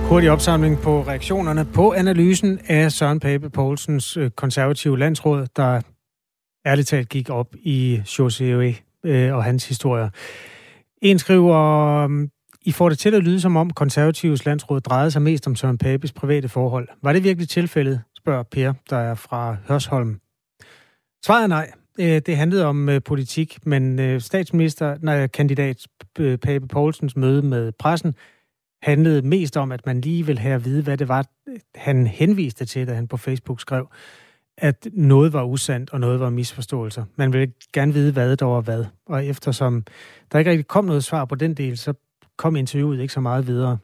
Hurtig opsamling på reaktionerne på analysen af Søren Pape Poulsens konservative landsråd, der ærligt talt gik op i Josué og hans historier. En skriver, I får det til at lyde som om konservatives landsråd drejede sig mest om Søren Papes private forhold. Var det virkelig tilfældet, spørger Per, der er fra Hørsholm. Svaret er nej. Det handlede om politik, men statsministerkandidat Pape Poulsens møde med pressen handlede mest om, at man lige ville have at vide, hvad det var, han henviste til, da han på Facebook skrev, at noget var usandt, og noget var misforståelser. Man ville gerne vide, hvad der var hvad. Og eftersom der ikke rigtig kom noget svar på den del, så kom interviewet ikke så meget videre.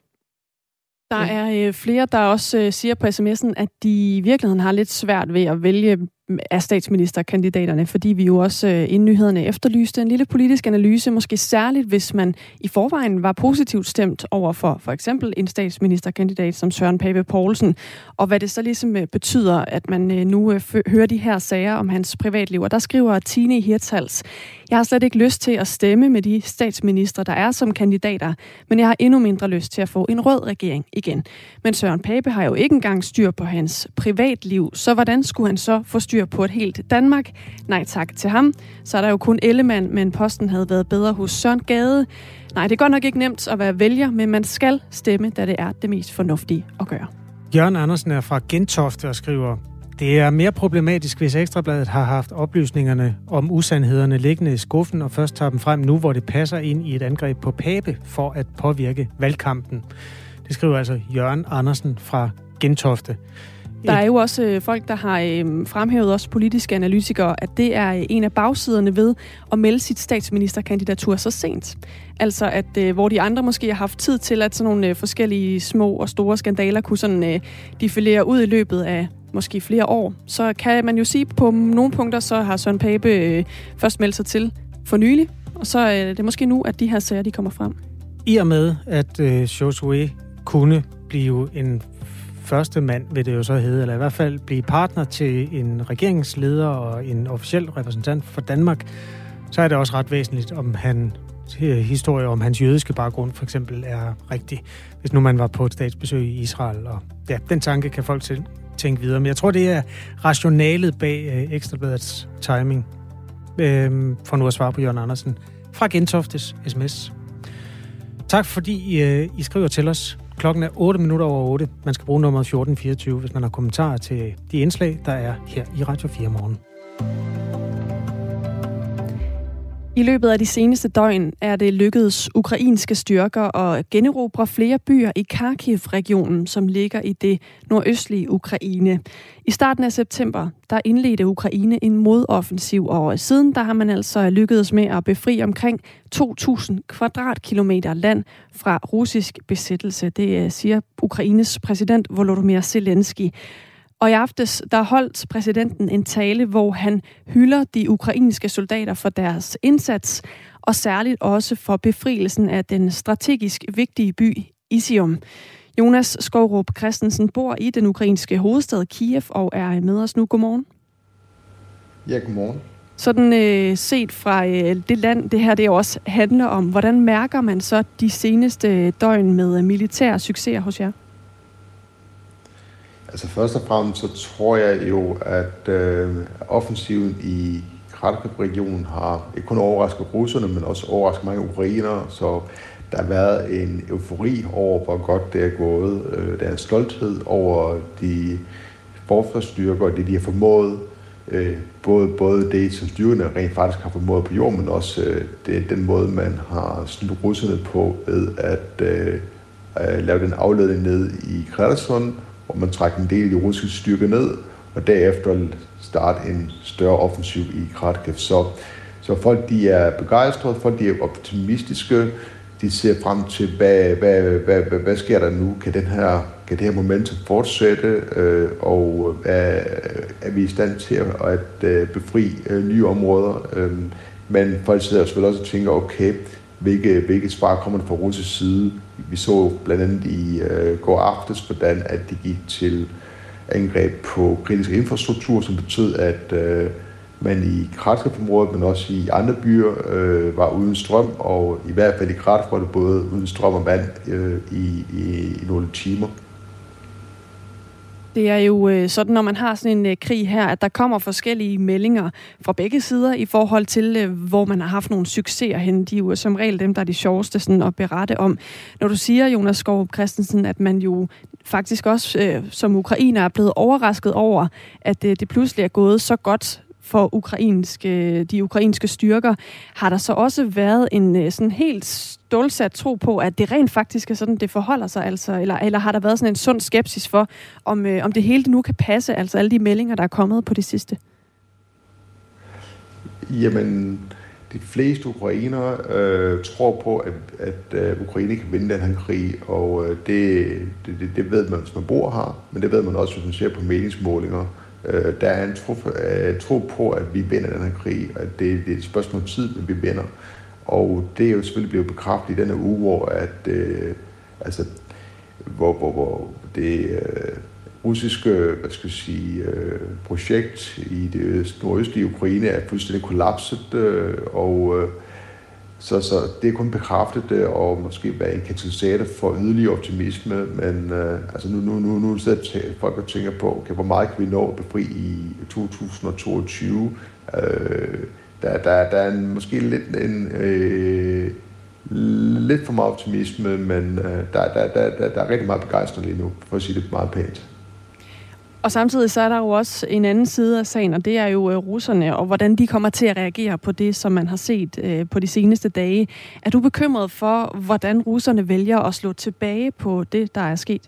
Der er flere, der også siger på sms'en, at de i virkeligheden har lidt svært ved at vælge af statsministerkandidaterne, fordi vi jo også inden nyhederne efterlyste en lille politisk analyse, måske særligt, hvis man i forvejen var positivt stemt over for eksempel en statsministerkandidat som Søren Pape Poulsen, og hvad det så ligesom betyder, at man nu hører de her sager om hans privatliv. Og der skriver Tine Hirtshals: Jeg har slet ikke lyst til at stemme med de statsministre, der er som kandidater, men jeg har endnu mindre lyst til at få en rød regering igen. Men Søren Pape har jo ikke engang styr på hans privatliv, så hvordan skulle han så få styr på et helt Danmark? Nej tak til ham. Så er der jo kun Ellemann, men posten havde været bedre hos Søren Gade. Nej, det er godt nok ikke nemt at være vælger, men man skal stemme, da det er det mest fornuftige at gøre. Jørgen Andersen er fra Gentofte og skriver: Det er mere problematisk, hvis Ekstrabladet har haft oplysningerne om usandhederne liggende i skuffen og først tager dem frem nu, hvor det passer ind i et angreb på Pape for at påvirke valgkampen. Det skriver altså Jørgen Andersen fra Gentofte. Der er jo også folk, der har fremhævet, også politiske analytikere, at det er en af bagsiderne ved at melde sit statsministerkandidatur så sent. Altså at hvor de andre måske har haft tid til, at sådan nogle forskellige små og store skandaler kunne sådan defilere ud i løbet af måske flere år, så kan man jo sige, på nogle punkter, så har Søren Pape først meldt sig til for nylig, og så er det måske nu, at de her sager, de kommer frem. I og med, at Josué kunne blive en første mand, vil det jo så hedde, eller i hvert fald blive partner til en regeringsleder og en officiel repræsentant for Danmark, så er det også ret væsentligt, om historie om hans jødiske baggrund for eksempel er rigtig. Hvis nu man var på et statsbesøg i Israel, og ja, den tanke kan folk tænke videre. Men jeg tror, det er rationalet bag Ekstrabladets timing, for nu at svare på Jørgen Andersen fra Gentoftes sms. Tak fordi I skriver til os. Klokken er 8:08. Man skal bruge nummer 1424, hvis man har kommentarer til de indslag, der er her i Radio 4 morgen. I løbet af de seneste døgn er det lykkedes ukrainske styrker at generobre flere byer i Kharkiv-regionen, som ligger i det nordøstlige Ukraine. I starten af september, der indledte Ukraine en modoffensiv, og siden der har man altså lykkedes med at befri omkring 2.000 kvadratkilometer land fra russisk besættelse. Det siger Ukraines præsident Volodymyr Zelensky. Og i aftes, der holdt præsidenten en tale, hvor han hylder de ukrainske soldater for deres indsats, og særligt også for befrielsen af den strategisk vigtige by Izium. Jonas Skovrup Christensen bor i den ukrainske hovedstad Kiev og er med os nu. Godmorgen. Ja, godmorgen. Sådan set fra det land, det her det også handler om, hvordan mærker man så de seneste døgn med militære succeser hos jer? Altså først og fremmest så tror jeg jo, at offensiven i Kharkiv-regionen har ikke kun overrasket russerne, men også overrasket mange ukrainere, så der har været en eufori over, hvor godt det er gået. Der er en stolthed over de forsvarsstyrker og det, de har formået. Både det, som styrkerne rent faktisk har formået på jorden, men også den måde, man har snydt russerne på ved at lave den afledning ned i Kherson, hvor man trækker en del af de russiske styrker ned, og derefter starte en større offensiv i Kharkiv. Så folk de er begejstrede, folk de er optimistiske, de ser frem til, hvad sker der nu? Kan det her momentum fortsætte, og er vi i stand til at befri nye områder? Men folk sidder selvfølgelig også og tænker, okay, hvilket svar kommer der fra russisk side? Vi så blandt andet i går aftes, hvordan at de gik til angreb på kritisk infrastruktur, som betød, at men i Kharkiv-området, men også i andre byer, var uden strøm, og i hvert fald i Kharkiv var det både uden strøm og vand i nogle timer. Det er jo sådan, når man har sådan en krig her, at der kommer forskellige meldinger fra begge sider i forhold til, hvor man har haft nogle succeser hen. De er jo som regel dem, der er de sjoveste sådan, at berette om. Når du siger, Jonas Skov Christensen, at man jo faktisk også som ukrainer er blevet overrasket over, at det pludselig er gået så godt for de ukrainske styrker, har der så også været en sådan helt stålsat tro på, at det rent faktisk er sådan, det forholder sig, altså, eller har der været sådan en sund skepsis for, om det hele nu kan passe, altså alle de meldinger, der er kommet på det sidste? Jamen, de fleste ukrainere tror på, at Ukraine kan vinde den her krig, og det ved man, hvis man bor her, men det ved man også, hvis man ser på meningsmålinger. Der er en tro på, at vi vinder den her krig, og at det er et spørgsmål om tid, men vi vinder. Og det er jo selvfølgelig blevet bekræftet i denne uge, hvor det russiske projekt i det nordøstlige Ukraine er fuldstændig kollapset, så det er kun bekræftet og måske være en katalysator for yderligere optimisme, men nu sidder folk og tænker på, okay, hvor meget kan vi nå at befri i 2022? Der er måske lidt for meget optimisme, men der er rigtig meget begejstring lige nu, for at sige det meget pænt. Og samtidig så er der jo også en anden side af sagen, og det er jo russerne, og hvordan de kommer til at reagere på det, som man har set på de seneste dage. Er du bekymret for, hvordan russerne vælger at slå tilbage på det, der er sket?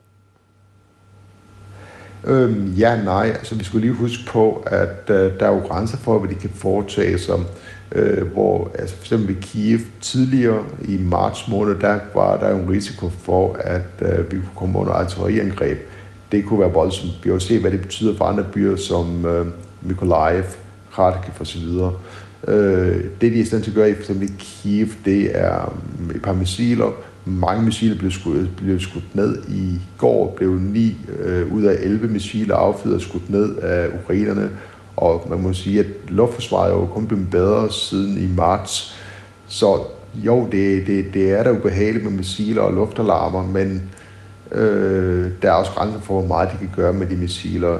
Ja, nej. Altså, vi skulle lige huske på, at der er jo grænser for, hvad de kan foretage sig. Hvor altså for eksempel ved Kiev tidligere i marts måned, der var der jo en risiko for, at vi kunne komme under artilleriangreb. Det kunne være voldsomt. Vi har jo set, hvad det betyder for andre byer som Mykolaiv, Kharkiv osv. Det, de er i stand til at gøre i for eksempel Kiev, det er et par missiler. Mange missiler blev skudt ned. I går blev 9 ud af 11 missiler affyret og skudt ned af ukrainerne. Og man må sige, at luftforsvaret er jo kun blevet bedre siden i marts. Så jo, det er da ubehageligt med missiler og luftalarmer, men der er også grænser for, hvor meget de kan gøre med de missiler.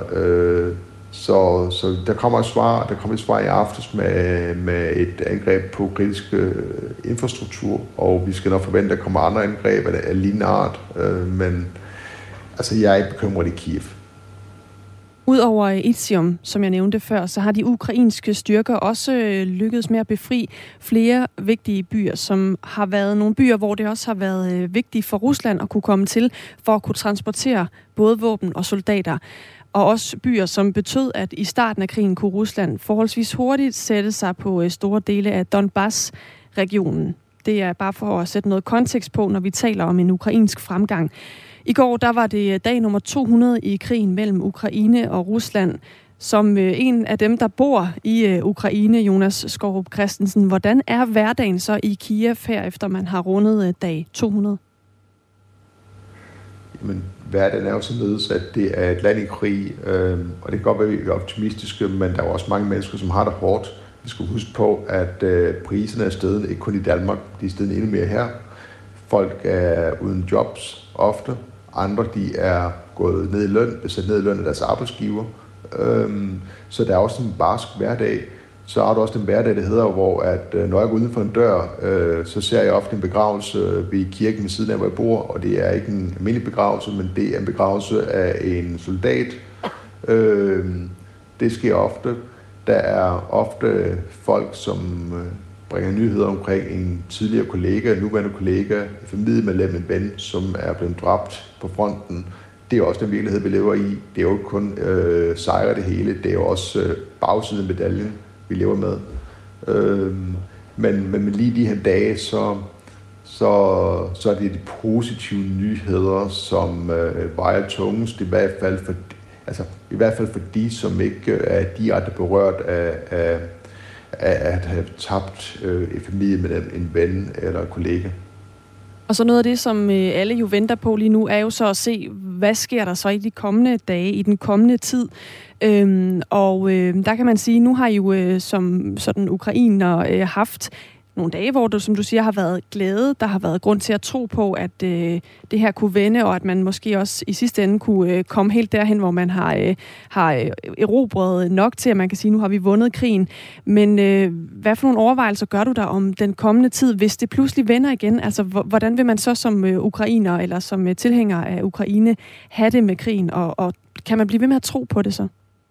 Så der kommer et svar i aftes med et angreb på kritisk infrastruktur, og vi skal nok forvente, at der kommer andre angreb af lignende art. Men altså, jeg er ikke bekymret i Kiev. Udover Izium, som jeg nævnte før, så har de ukrainske styrker også lykkedes med at befri flere vigtige byer, som har været nogle byer, hvor det også har været vigtigt for Rusland at kunne komme til, for at kunne transportere både våben og soldater. Og også byer, som betød, at i starten af krigen kunne Rusland forholdsvis hurtigt sætte sig på store dele af Donbass-regionen. Det er bare for at sætte noget kontekst på, når vi taler om en ukrainsk fremgang. I går, der var det dag nummer 200 i krigen mellem Ukraine og Rusland. Som en af dem, der bor i Ukraine, Jonas Skov Christensen, hvordan er hverdagen så i Kiev her, efter man har rundet dag 200? Jamen, hverdagen er jo således, at det er et land i krig, og det kan godt være, at vi er optimistiske, men der er også mange mennesker, som har det hårdt. Vi skal huske på, at priserne er steget, ikke kun i Danmark, de er steget endnu mere her. Folk er uden jobs ofte. Andre, de er gået ned i løn, sat ned i løn af deres arbejdsgiver. Så der er også en barsk hverdag. Så har du også den hverdag, der hedder, hvor at, når jeg går uden for en dør, så ser jeg ofte en begravelse ved kirken ved siden af, hvor jeg bor. Og det er ikke en almindelig begravelse, men det er en begravelse af en soldat. Det sker ofte. Der er ofte folk, som bringer nyheder omkring en tidligere kollega, en nuværende kollega, et familiemedlem, en ven, som er blevet dræbt på fronten. Det er også den virkelighed, vi lever i. Det er jo ikke kun sejre det hele, det er jo også bagsiden af medaljen, vi lever med. Men lige de her dage, så er det de positive nyheder, som vejer tungest, i hvert fald for de, som ikke er direkte berørt af at have tabt en familie med en ven eller en kollega. Og så noget af det, som alle jo venter på lige nu, er jo så at se, hvad sker der så i de kommende dage, i den kommende tid. Der kan man sige, nu har I jo som sådan ukrainer haft nogle dage, hvor du, som du siger, har været glæde. Der har været grund til at tro på, at det her kunne vende, og at man måske også i sidste ende kunne komme helt derhen, hvor man har erobret nok til, at man kan sige, nu har vi vundet krigen. Men hvad for nogle overvejelser gør du der om den kommende tid, hvis det pludselig vender igen? Altså, hvordan vil man så som ukrainer eller som tilhænger af Ukraine have det med krigen, og kan man blive ved med at tro på det så?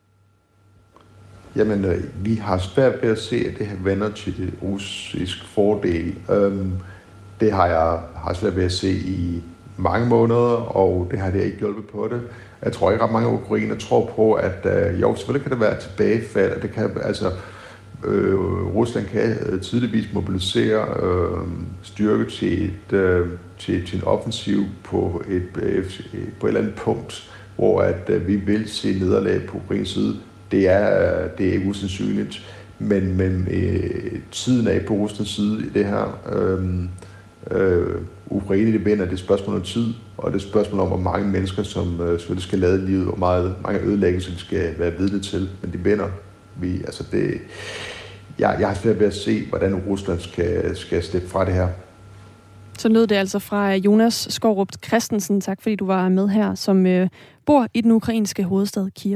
Jamen, vi har svært ved at se, at det her vender til det russiske fordel. Det har jeg svært ved at se i mange måneder, og det har det ikke hjulpet på det. Jeg tror ikke ret mange ukrainer tror på, at jo, selvfølgelig kan det være tilbagefald, og det kan Rusland kan tydeligvis mobilisere styrke til en offensiv på et eller andet punkt, hvor at vi vil se nederlag på Ukraines side. Det er usandsynligt, men tiden er på Ruslands side i det her. Ukraine det vinder, det er spørgsmål om tid, og det er spørgsmål om, hvor mange mennesker, som selvfølgelig skal lade livet, og mange ødelæggelser, de skal være vidne til, men de vinder. Jeg har svært ved at se, hvordan Rusland skal slippe fra det her. Så lød det altså fra Jonas Skourup Christensen. Tak fordi du var med her, som bor i den ukrainske hovedstad Kiev.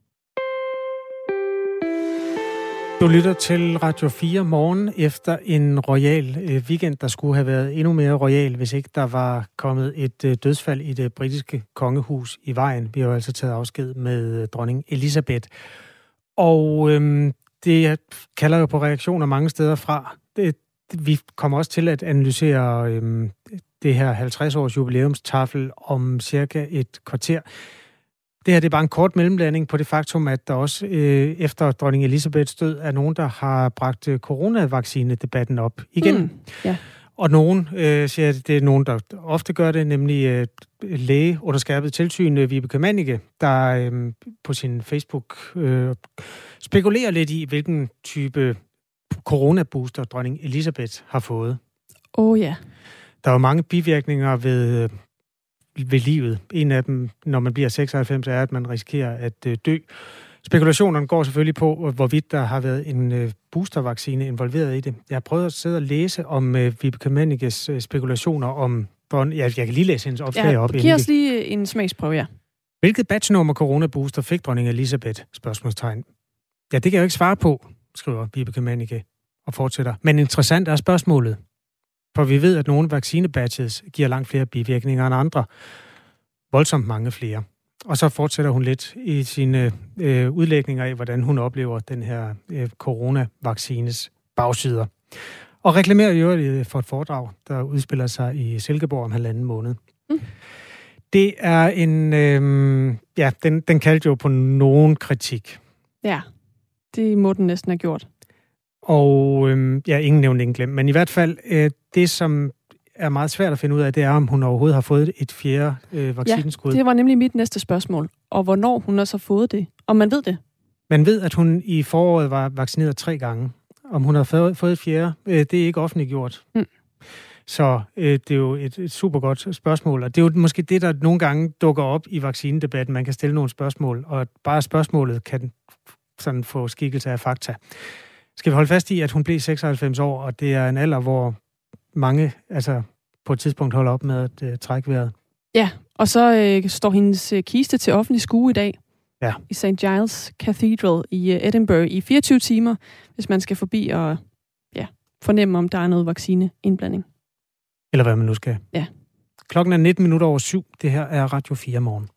Du lytter til Radio 4 morgen efter en royal weekend, der skulle have været endnu mere royal, hvis ikke der var kommet et dødsfald i det britiske kongehus i vejen. Vi har jo altså taget afsked med dronning Elizabeth. Og det kalder jo på reaktioner mange steder fra. Vi kommer også til at analysere det her 50-års jubilæumstafel om cirka et kvarter. Det her det er bare en kort mellemlanding på det faktum, at der også efter dronning Elizabeths død er nogen, der har bragt coronavaccinedebatten op igen. Ja. Og nogen siger, at det er nogen, der ofte gør det, nemlig læge under skærpet tilsyn, Vibeke Mannicke, der på sin Facebook spekulerer lidt i, hvilken type coronabooster dronning Elizabeth har fået. Ja. Der er jo mange bivirkninger ved livet. En af dem, når man bliver 96, er, at man risikerer at dø. Spekulationerne går selvfølgelig på, hvorvidt der har været en boostervaccine involveret i det. Jeg har prøvet at sidde og læse om Vibeke Mannickes spekulationer om... Jeg kan lige læse hendes opslag op. Giv os lige en smagsprøve, ja. Hvilket batchnummer coronabooster fik dronning Elizabeth? Spørgsmålstegn. Ja, det kan jeg jo ikke svare på, skriver Vibeke Mannicke og fortsætter. Men interessant er spørgsmålet. For vi ved, at nogle vaccinebatches giver langt flere bivirkninger end andre. Voldsomt mange flere. Og så fortsætter hun lidt i sine udlægninger af, hvordan hun oplever den her coronavaccines bagsider. Og reklamerer jo for et foredrag, der udspiller sig i Silkeborg om 1,5 måned. Det er en... den kaldte jo på nogen kritik. Ja, det må den næsten have gjort. Og ingen nævnt, ingen glemt. Men i hvert fald, det som er meget svært at finde ud af, det er, om hun overhovedet har fået et fjerde vaccineskud. Ja, det var nemlig mit næste spørgsmål. Og hvornår hun også har fået det. Om man ved det? Man ved, at hun i foråret var vaccineret 3 gange. Om hun har fået et fjerde, det er ikke offentliggjort. Så det er jo et super godt spørgsmål. Og det er jo måske det, der nogle gange dukker op i vaccinedebatten. Man kan stille nogle spørgsmål, og bare spørgsmålet kan sådan få skikkelse af fakta. Skal vi holde fast i, at hun blev 96 år, og det er en alder, hvor mange på et tidspunkt holder op med at trække vejret? Ja, og så står hendes kiste til offentlig skue i dag. Ja. I St. Giles Cathedral i Edinburgh i 24 timer, hvis man skal forbi og fornemme, om der er noget vaccineindblanding. Eller hvad man nu skal. Ja. Klokken er 19:07. Det her er Radio 4 morgen.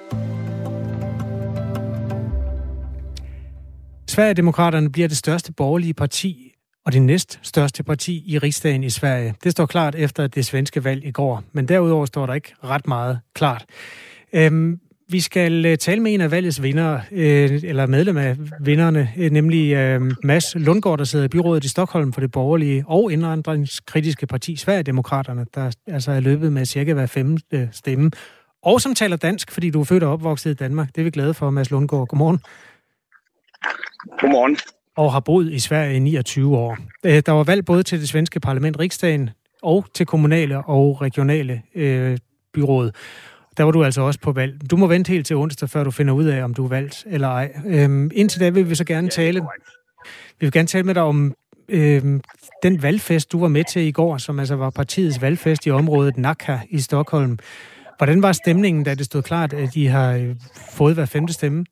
Sverigedemokraterne bliver det største borgerlige parti og det næststørste parti i riksdagen i Sverige. Det står klart efter det svenske valg i går, men derudover står der ikke ret meget klart. Vi skal tale med en af valgets vindere, eller medlem af vinderne, nemlig Mads Lundgaard, der sidder i byrådet i Stockholm for det borgerlige og indvandringskritiske parti Sverigedemokraterne, der altså er løbet med cirka hver 5. stemme, og som taler dansk, fordi du er født og opvokset i Danmark. Det er vi glade for, Mads Lundgaard. Godmorgen. Godmorgen. Og har boet i Sverige i 29 år. Der var valg både til det svenske parlament, Riksdagen, og til kommunale og regionale byråd. der var du altså også på valg. Du må vente helt til onsdag, før du finder ud af, om du er valgt eller ej. Indtil da vil vi så gerne tale med dig om den valgfest, du var med til i går, som altså var partiets valgfest i området Nacka i Stockholm. Hvordan var stemningen, da det stod klart, at I har fået hver 5. stemme?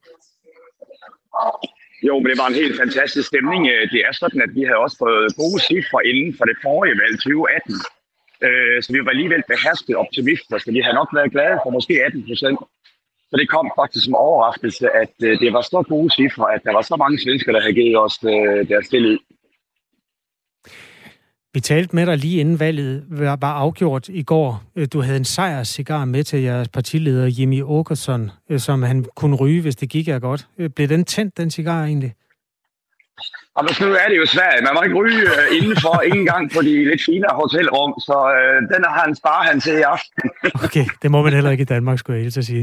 Jo, men det var en helt fantastisk stemning. Det er sådan, at vi havde også fået gode cifre inden for det forrige valg 2018. Så vi var alligevel behersket optimister, så vi havde nok været glade for måske 18%. Så det kom faktisk som overraskelse, at det var så gode cifre, at der var så mange svensker, der havde givet os deres tillid. Vi talte med dig lige inden valget var afgjort i går. Du havde en sejrscigar med til jeres partileder, Jimmie Åkesson, som han kunne ryge, hvis det gik godt. Blev den tændt, den cigar egentlig? Og nu er det jo Sverige. Man må ikke ryge indenfor, ikke engang på de lidt finere hotelrum, så den har han sparet han til i aften. Okay, det må man heller ikke i Danmark, skulle jeg helt til at sige.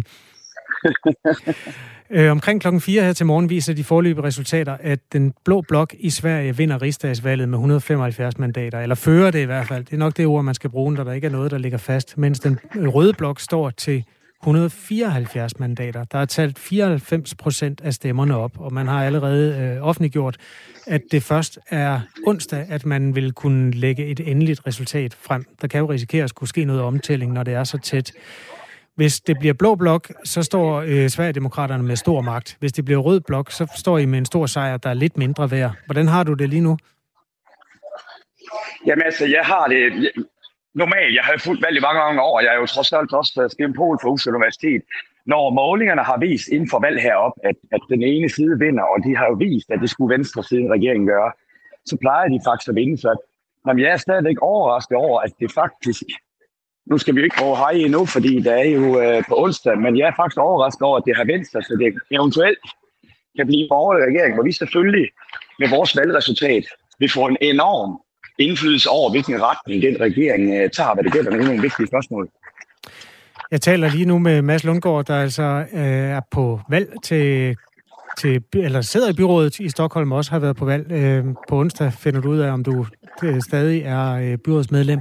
Omkring klokken 4 her til morgen viser de foreløbige resultater, at den blå blok i Sverige vinder rigsdagsvalget med 175 mandater, eller fører det i hvert fald. Det er nok det ord, man skal bruge, når der ikke er noget, der ligger fast, mens den røde blok står til 174 mandater. Der er talt 94% af stemmerne op, og man har allerede offentliggjort, at det først er onsdag, at man vil kunne lægge et endeligt resultat frem. Der kan jo risikere at skulle ske noget omtælling, når det er så tæt. Hvis det bliver blå blok, så står Sverigedemokraterne med stor magt. Hvis det bliver rød blok, så står I med en stor sejr, der er lidt mindre værd. Hvordan har du det lige nu? Jamen altså, jeg har det normalt. Jeg har fulgt valg i mange år. Jeg er jo trods alt også skæmpol for Aarhus Universitet. Når målingerne har vist inden for valg heroppe, at den ene side vinder, og de har jo vist, at det skulle venstre side regeringen gøre, så plejer de faktisk at vinde. Så jeg er stadigvæk overrasket over, at det faktisk... Nu skal vi jo ikke bruge hej endnu, fordi det er jo på onsdag, men jeg er faktisk overrasket over, at det har vendt sig, så det eventuelt kan blive borgerlig regering, hvor vi selvfølgelig med vores valgresultat vil få en enorm indflydelse over, hvilken retning den regering tager, hvad det gælder nogle vigtige spørgsmål. Jeg taler lige nu med Mads Lundgaard, der altså er på valg eller sidder i byrådet i Stockholm, også har været på valg. På onsdag finder du ud af, om du stadig er byrådsmedlem.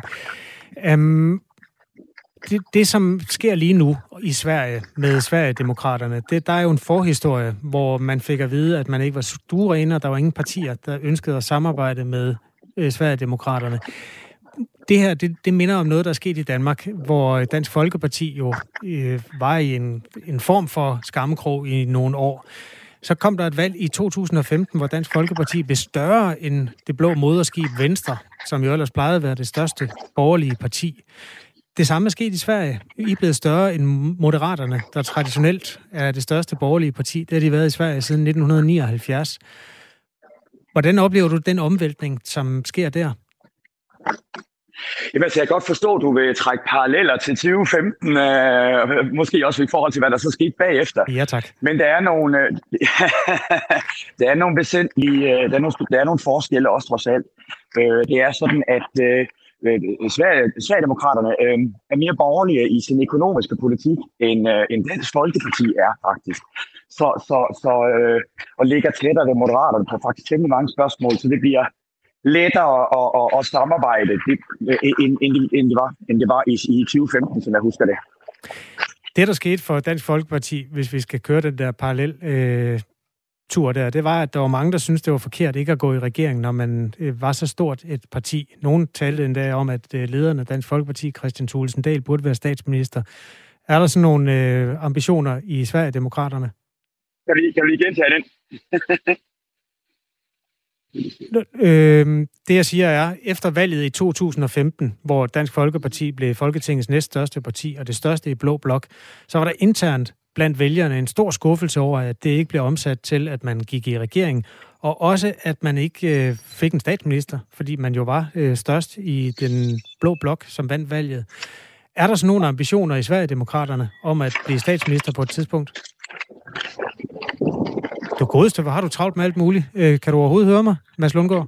Det, som sker lige nu i Sverige med Sverigedemokraterne, der er jo en forhistorie, hvor man fik at vide, at man ikke var stuerene, og der var ingen partier, der ønskede at samarbejde med Sverigedemokraterne. Det her, det minder om noget, der er sket i Danmark, hvor Dansk Folkeparti jo var i en form for skammekrog i nogle år. Så kom der et valg i 2015, hvor Dansk Folkeparti blev større end det blå moderskib Venstre, som jo ellers plejede at være det største borgerlige parti. Det samme er sket i Sverige. I er blevet større end Moderaterne, der traditionelt er det største borgerlige parti. Det har de været i Sverige siden 1979. Hvordan oplever du den omvæltning, som sker der? Jamen, så jeg kan godt forstå, at du vil trække paralleller til 2015, måske også i forhold til, hvad der så skete bagefter. Ja, tak. Men der er nogle, der er nogle væsentlige, der er nogle forskelle også trods alt. Det er sådan, at Sverigedemokraterne er mere borgerlige i sin økonomiske politik, end Dansk Folkeparti er faktisk. Og ligger tættere ved Moderaterne på faktisk temmelig mange spørgsmål, så det bliver lettere at samarbejde, end det var i 2015, som jeg husker det. Det, der skete for Dansk Folkeparti, hvis vi skal køre den der parallel tur der, det var, at der var mange, der syntes, det var forkert ikke at gå i regering, når man var så stort et parti. Nogen talte endda om, at lederen af Dansk Folkeparti, Kristian Thulesen Dahl, burde være statsminister. Er der sådan nogle ambitioner i Sverigedemokraterne? Kan vi lige gentage den? Det jeg siger er, efter valget i 2015, hvor Dansk Folkeparti blev Folketingets næststørste parti og det største i blå blok, så var der internt blandt vælgerne en stor skuffelse over, at det ikke blev omsat til, at man gik i regering, og også at man ikke fik en statsminister, fordi man jo var størst i den blå blok, som vandt valget. Er der sådan nogle ambitioner i Sverigedemokraterne om at blive statsminister på et tidspunkt? Du godeste, hvor har du travlt med alt muligt? Kan du overhovedet høre mig, Mads Lundgaard?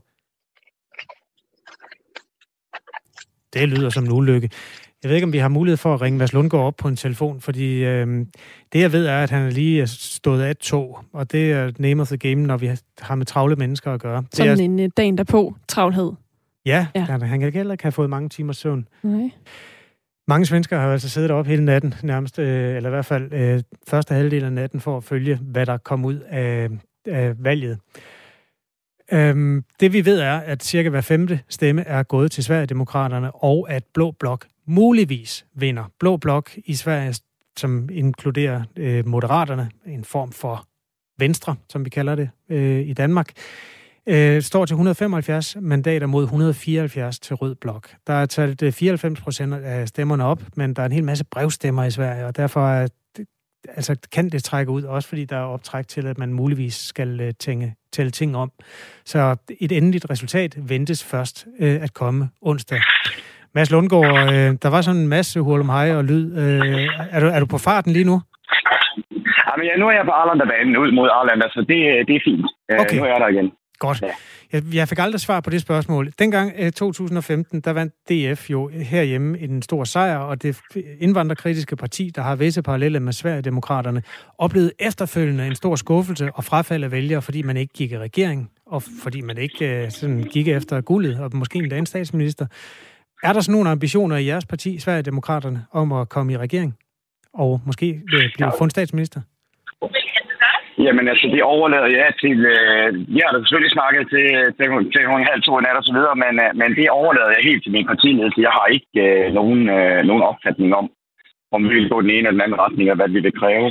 Det lyder som en ulykke. Jeg ved ikke, om vi har mulighed for at ringe Mads Lundgaard op på en telefon, fordi det, jeg ved, er, at han lige er stået af et tog, og det er name of the game, når vi har med travle mennesker at gøre. Sådan en dagen derpå travlhed. Ja. Han kan heller ikke have fået mange timers søvn. Nej. Mange svensker har altså siddet op hele natten, nærmest, eller i hvert fald første halvdel af natten, for at følge, hvad der kom ud af valget. Det vi ved er, at cirka hver 5. stemme er gået til Sverigedemokraterne, og at Blå Blok muligvis vinder. Blå Blok i Sverige, som inkluderer Moderaterne, en form for Venstre, som vi kalder det i Danmark, står til 175 mandater mod 174 til Rød Blok. Der er talt 94% af stemmerne op, men der er en hel masse brevstemmer i Sverige, og derfor kan det trække ud, også fordi der er optræk til, at man muligvis skal tælle ting om. Så et endeligt resultat ventes først at komme onsdag. Mads Lundgaard, der var sådan en masse hurlumhej og lyd. Er du på farten lige nu? Jamen, nu er jeg på Arlandabanen ud mod Arlanda, så det er fint. Okay. Nu er jeg der igen. Godt. Jeg fik aldrig svar på det spørgsmål. Dengang 2015, der vandt DF jo herhjemme en stor sejr, og det indvandrerkritiske parti, der har visse paralleller med Sverigedemokraterne, oplevede efterfølgende en stor skuffelse og frafald af vælgere, fordi man ikke gik i regering, og fordi man ikke sådan gik efter guldet, og måske endda en statsminister. Er der sådan nogle ambitioner i jeres parti, Sverigedemokraterne, om at komme i regering? Og måske blive fundet statsminister? Jamen altså, det overlader jeg til... Jeg har da selvfølgelig snakket til hun halv 2 i nat og så videre, men det overlader jeg helt til min partiledelse. Jeg har ikke nogen opfatning om vi vil gå den ene eller den anden retning, og hvad vi vil kræve.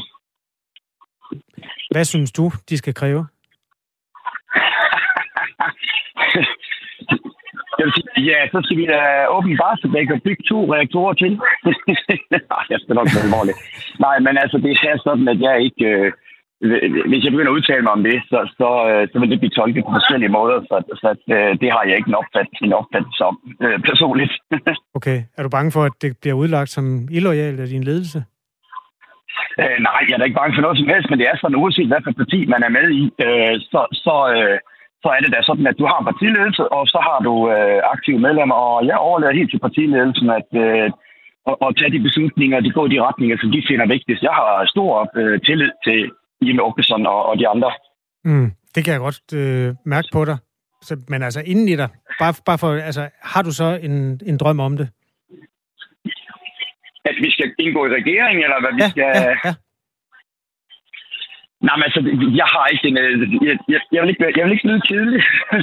Hvad synes du, de skal kræve? Ja, så skal vi da åbne Barsebæk og bygge 2 reaktorer til. Nej, jeg skal nok være alvorligt. Nej, men altså, det er sådan, at jeg ikke... Hvis jeg begynder at udtale mig om det, så vil det blive tolket på forskellige måder, så det har jeg ikke en opfattelse om personligt. Okay. Er du bange for, at det bliver udlagt som illoyalt af din ledelse? Nej, jeg er da ikke bange for noget som helst, men det er sådan, uanset hvad for parti man er med i, så er det da sådan, at du har en partiledelse, og så har du aktive medlemmer, og jeg overlader helt til partiledelsen at tage de beslutninger, de går i de retninger, som de finder vigtigst. Jeg har stor tillid til Jimmie Åkesson og de andre. Det kan jeg godt mærke på dig. Men altså inden i dig, bare for, altså, har du så en drøm om det? At vi skal indgå i regeringen, eller hvad vi skal... Ja. Nej, men altså, jeg har ikke en... Jeg vil ikke lyde kedelig.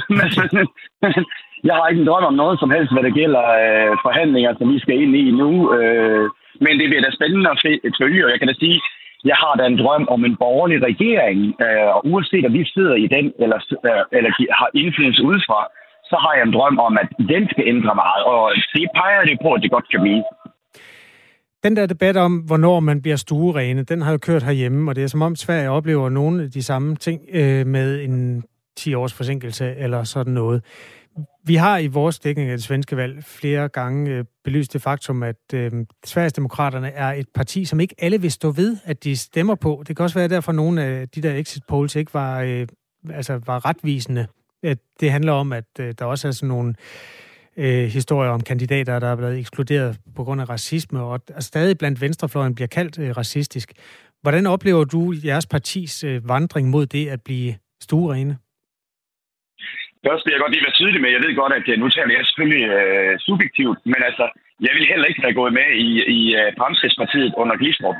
Jeg har ikke en drøm om noget som helst, hvad det gælder forhandlinger, som vi skal ind i nu. Men det bliver da spændende at følge, og jeg kan da sige, jeg har da en drøm om en borgerlig regering, og uanset om vi sidder i den, eller har indflydelse udefra, så har jeg en drøm om, at den skal ændre meget, og det peger det på, at det godt kan blive. Den der debat om, hvornår man bliver stuerene, den har jo kørt herhjemme, og det er som om Sverige oplever nogle af de samme ting med en 10 års forsinkelse eller sådan noget. Vi har i vores dækning af det svenske valg flere gange belyst det faktum, at Sverigedemokraterne er et parti, som ikke alle vil stå ved, at de stemmer på. Det kan også være derfor, at nogle af de der exit polls ikke var retvisende. Det handler om, at der også er sådan nogle historier om kandidater, der er blevet ekskluderet på grund af racisme, og stadig blandt venstrefløjen bliver kaldt racistisk. Hvordan oplever du jeres partis vandring mod det at blive stuerene? Først vil jeg godt lige være tydelig med, jeg ved godt, at nu taler jeg selvfølgelig subjektivt, men altså, jeg vil heller ikke have gået med i Fremskridtspartiet under Glistrup.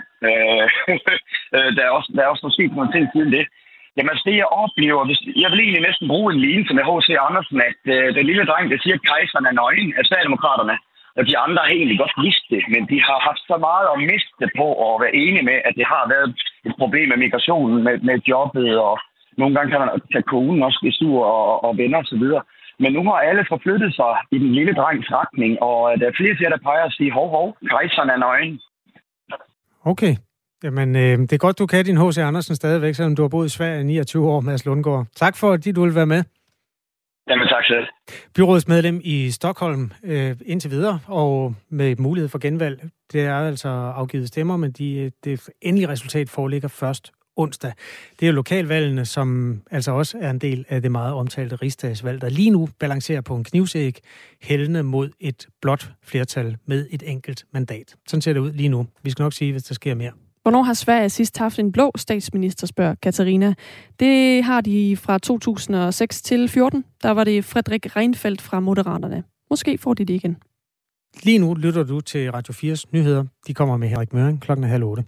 Der er også måske nogle ting siden det. Jamen altså, det jeg oplever, jeg vil egentlig næsten bruge en lignelse med H.C. Andersen, at den lille dreng, der siger, at kejseren er nøgen af Sverigedemokraterne, og de andre har egentlig godt vidst det, men de har haft så meget at miste på at være enige med, at det har været et problem med migrationen, med jobbet, og nogle gange kan man tage konen også blive sur og venner og så videre. Men nu har alle forflyttet sig i den lille drengs retning, og der er flere der peger at sige, hov, kejseren er nøgen. Okay. Jamen, det er godt, du kan din H.C. Andersen stadigvæk, selvom du har boet i Sverige i 29 år, Mads Lundgaard. Tak for, at du vil være med. Jamen, tak selv. Byrådsmedlem i Stockholm indtil videre, og med mulighed for genvalg. Det er altså afgivet stemmer, men det endelige resultat foreligger først onsdag. Det er jo lokalvalgene, som altså også er en del af det meget omtalte rigsdagsvalg, der lige nu balancerer på en knivsæg, hældende mod et blåt flertal med et enkelt mandat. Sådan ser det ud lige nu. Vi skal nok sige, hvis der sker mere. Hvornår har Sverige sidst haft en blå statsminister, spørger Katarina. Det har de fra 2006 til 2014. Der var det Fredrik Reinfeldt fra Moderaterne. Måske får de det igen. Lige nu lytter du til Radio 4's nyheder. De kommer med Henrik Møring klokken 7:30.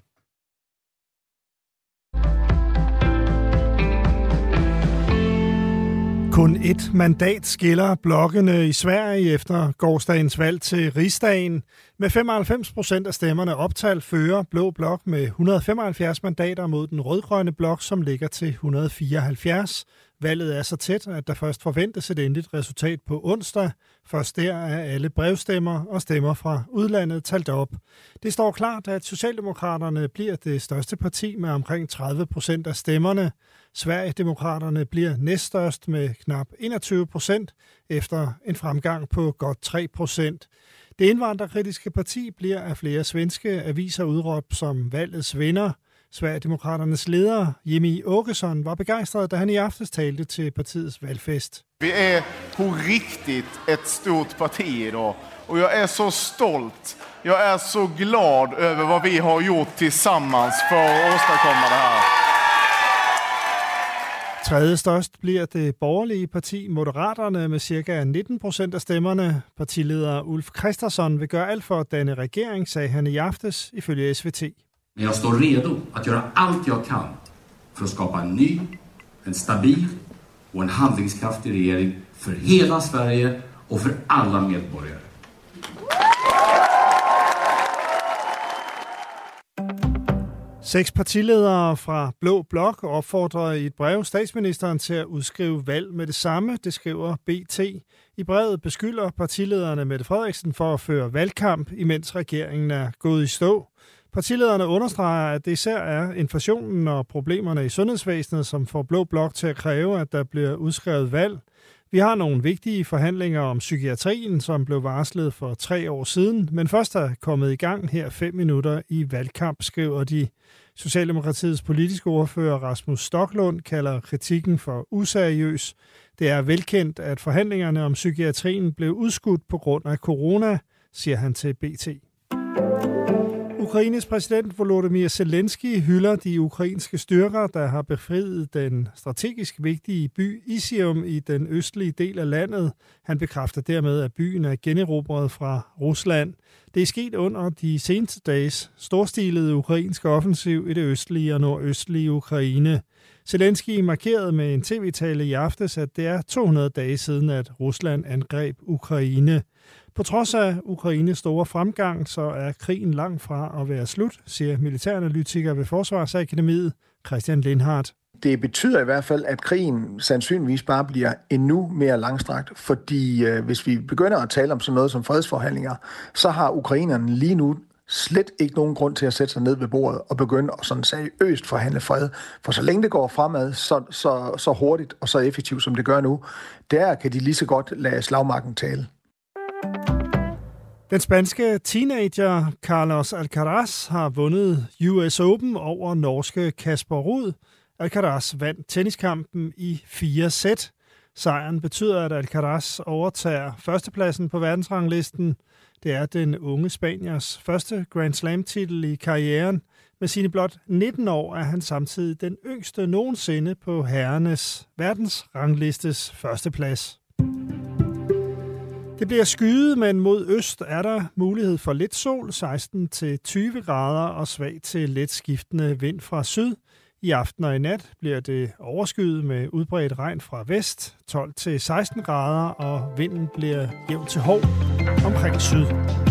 Kun et mandat skiller blokkene i Sverige efter gårsdagens valg til Rigsdagen. Med 95% af stemmerne optalt fører Blå Blok med 175 mandater mod den rødgrønne blok, som ligger til 174. Valget er så tæt, at der først forventes et endeligt resultat på onsdag. Først der er alle brevstemmer og stemmer fra udlandet talt op. Det står klart, at Socialdemokraterne bliver det største parti med omkring 30% af stemmerne. Sverigedemokraterne bliver næststørst med knap 21% efter en fremgang på godt 3%. Det indvandrerkritiske parti bliver af flere svenske aviser udråbt som valgets vinder. Sverigedemokraternes leder, Jimmie Åkesson, var begejstret, da han i aftes talte til partiets valgfest. Vi er på riktigt et stort parti i dag, og jeg er så stolt. Jeg er så glad over, hvad vi har gjort tilsammens for at åstadkomme det her. Tredje størst bliver det borgerlige parti Moderaterne med ca. 19% af stemmerne. Partileder Ulf Kristersson vil gøre alt for at danne regering, sagde han i aftes ifølge SVT. Men jag står redo att göra allt jag kan för att skapa en ny, en stabil och en handlingskraftig regering för hela Sverige och för alla medborgare. Seks partiledere fra Blå Blok opfordrer i et brev statsministeren til at udskrive valg med det samme, det skriver BT. I brevet beskylder partilederne Mette Frederiksen for at føre valgkamp, imens regeringen er gået i stå. Partilederne understreger, at det især er inflationen og problemerne i sundhedsvæsenet, som får Blå Blok til at kræve, at der bliver udskrevet valg. Vi har nogle vigtige forhandlinger om psykiatrien, som blev varslet for 3 år siden, men først er kommet i gang her 5 minutter i valgkamp, skriver de. Socialdemokratiets politiske ordfører Rasmus Stoklund kalder kritikken for useriøs. Det er velkendt, at forhandlingerne om psykiatrien blev udskudt på grund af corona, siger han til BT. Ukraines præsident Volodymyr Zelensky hylder de ukrainske styrker, der har befriet den strategisk vigtige by Izium i den østlige del af landet. Han bekræfter dermed, at byen er generobret fra Rusland. Det er sket under de seneste dages storstilede ukrainske offensiv i det østlige og nordøstlige Ukraine. Zelensky markerede med en tv-tale i aftes, at det er 200 dage siden, at Rusland angreb Ukraine. På trods af Ukraines store fremgang, så er krigen langt fra at være slut, siger militæranalytiker ved Forsvarsakademiet Christian Lindhardt. Det betyder i hvert fald, at krigen sandsynligvis bare bliver endnu mere langstrakt, fordi hvis vi begynder at tale om sådan noget som fredsforhandlinger, så har ukrainerne lige nu slet ikke nogen grund til at sætte sig ned ved bordet og begynde at sådan seriøst forhandle fred. For så længe det går fremad, så hurtigt og så effektivt, som det gør nu, der kan de lige så godt lade slagmarken tale. Den spanske teenager Carlos Alcaraz har vundet US Open over norske Casper Ruud. Alcaraz vandt tenniskampen i 4 sæt. Sejren betyder, at Alcaraz overtager førstepladsen på verdensranglisten. Det er den unge spaniers første Grand Slam-titel i karrieren. Med sine blot 19 år er han samtidig den yngste nogensinde på herrenes verdensranglistes førsteplads. Det bliver skyet, men mod øst er der mulighed for lidt sol, 16-20 grader og svag til let skiftende vind fra syd. I aften og i nat bliver det overskyet med udbredt regn fra vest, 12-16 grader, og vinden bliver jævn til hård omkring syd.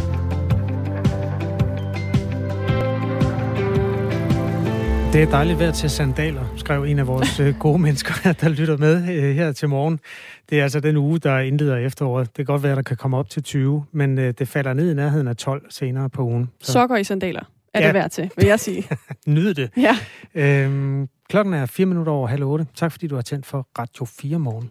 Det er dejligt vejr til sandaler, skrev en af vores gode mennesker, der lytter med her til morgen. Det er altså den uge, der indleder efteråret. Det kan godt være, at der kan komme op til 20, men det falder ned i nærheden af 12 senere på ugen. Sokker i sandaler er det værd til, vil jeg sige. Nyd det. Ja. Klokken er 7:04. Tak fordi du har tændt for Radio 4 morgen.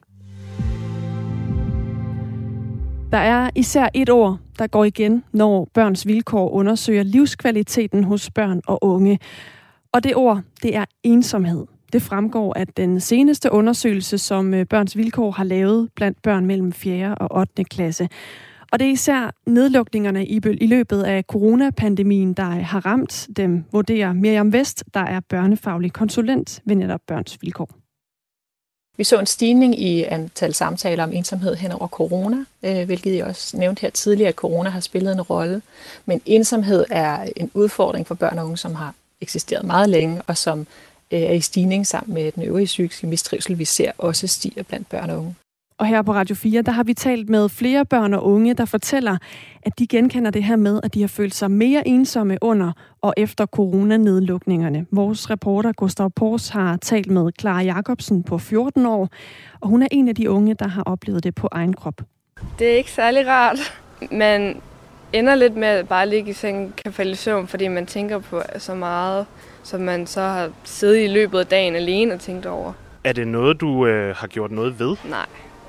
Der er især et ord, der går igen, når Børns Vilkår undersøger livskvaliteten hos børn og unge. Og det ord, det er ensomhed. Det fremgår af den seneste undersøgelse, som Børns Vilkår har lavet blandt børn mellem 4. og 8. klasse. Og det er især nedlukningerne i løbet af coronapandemien, der har ramt dem, vurderer Miriam West, der er børnefaglig konsulent ved netop Børns Vilkår. Vi så en stigning i antal samtaler om ensomhed hen over corona, hvilket jeg også nævnte her tidligere, at corona har spillet en rolle. Men ensomhed er en udfordring for børn og unge, som har eksisteret meget længe, og som er i stigning sammen med den øvrige psykiske mistrivsel, vi ser også stiger blandt børn og unge. Og her på Radio 4, der har vi talt med flere børn og unge, der fortæller, at de genkender det her med, at de har følt sig mere ensomme under og efter coronanedlukningerne. Vores reporter Gustav Pors har talt med Clara Jacobsen på 14 år, og hun er en af de unge, der har oplevet det på egen krop. Det er ikke særlig rart. Man ender lidt med at bare ligge i sengen, kan falde i søvn, fordi man tænker på så meget, som man så har siddet i løbet af dagen alene og tænkt over. Er det noget, du har gjort noget ved? Nej.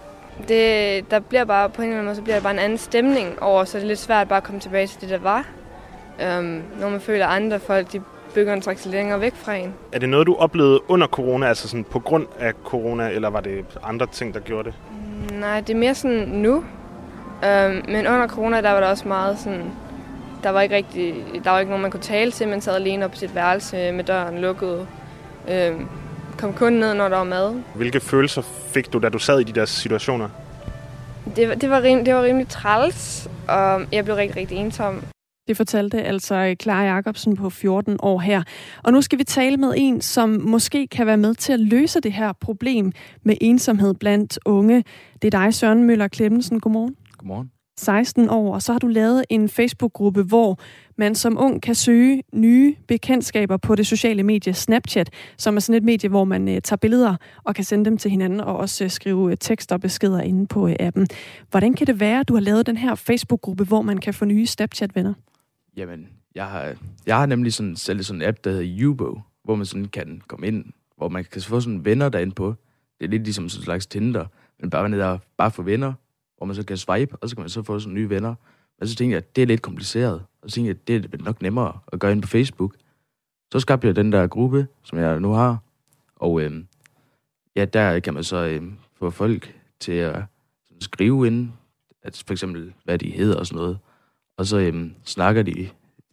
Der bliver bare på en eller anden måde, så bliver der bare en anden stemning over, så det er lidt svært bare at komme tilbage til det, der var. Når man føler, at andre folk, de begynder at trække sig længere væk fra en. Er det noget, du oplevede under corona, altså sådan på grund af corona, eller var det andre ting, der gjorde det? Nej, det er mere sådan nu. Men under corona, der var der også meget sådan, der var ikke nogen, man kunne tale til. Man sad alene op på sit værelse med døren lukket. Kom kun ned, når der var mad. Hvilke følelser fik du, da du sad i de der situationer? Det var rimelig træls, og jeg blev rigtig, rigtig ensom. Det fortalte altså Clara Jacobsen på 14 år her. Og nu skal vi tale med en, som måske kan være med til at løse det her problem med ensomhed blandt unge. Det er dig, Søren Møller Clemmensen. Godmorgen. Godmorgen. 16 år, og så har du lavet en Facebook-gruppe, hvor man som ung kan søge nye bekendtskaber på det sociale medie Snapchat, som er sådan et medie, hvor man tager billeder og kan sende dem til hinanden, og også skrive tekst og beskeder inde på appen. Hvordan kan det være, at du har lavet den her Facebook-gruppe, hvor man kan få nye Snapchat-venner? Jamen, jeg har nemlig selv sådan en app, der hedder Yubo, hvor man sådan kan komme ind, hvor man kan få sådan venner derinde på. Det er lidt ligesom sådan en slags Tinder, men bare få venner, hvor man så kan swipe, og så kan man så få sådan nye venner. Men så tænkte jeg, at det er lidt kompliceret, og så tænkte jeg, at det er nok nemmere at gøre ind på Facebook. Så skabte jeg den der gruppe, som jeg nu har, og der kan man så få folk til at skrive ind, at for eksempel, hvad de hedder og sådan noget, og så snakker de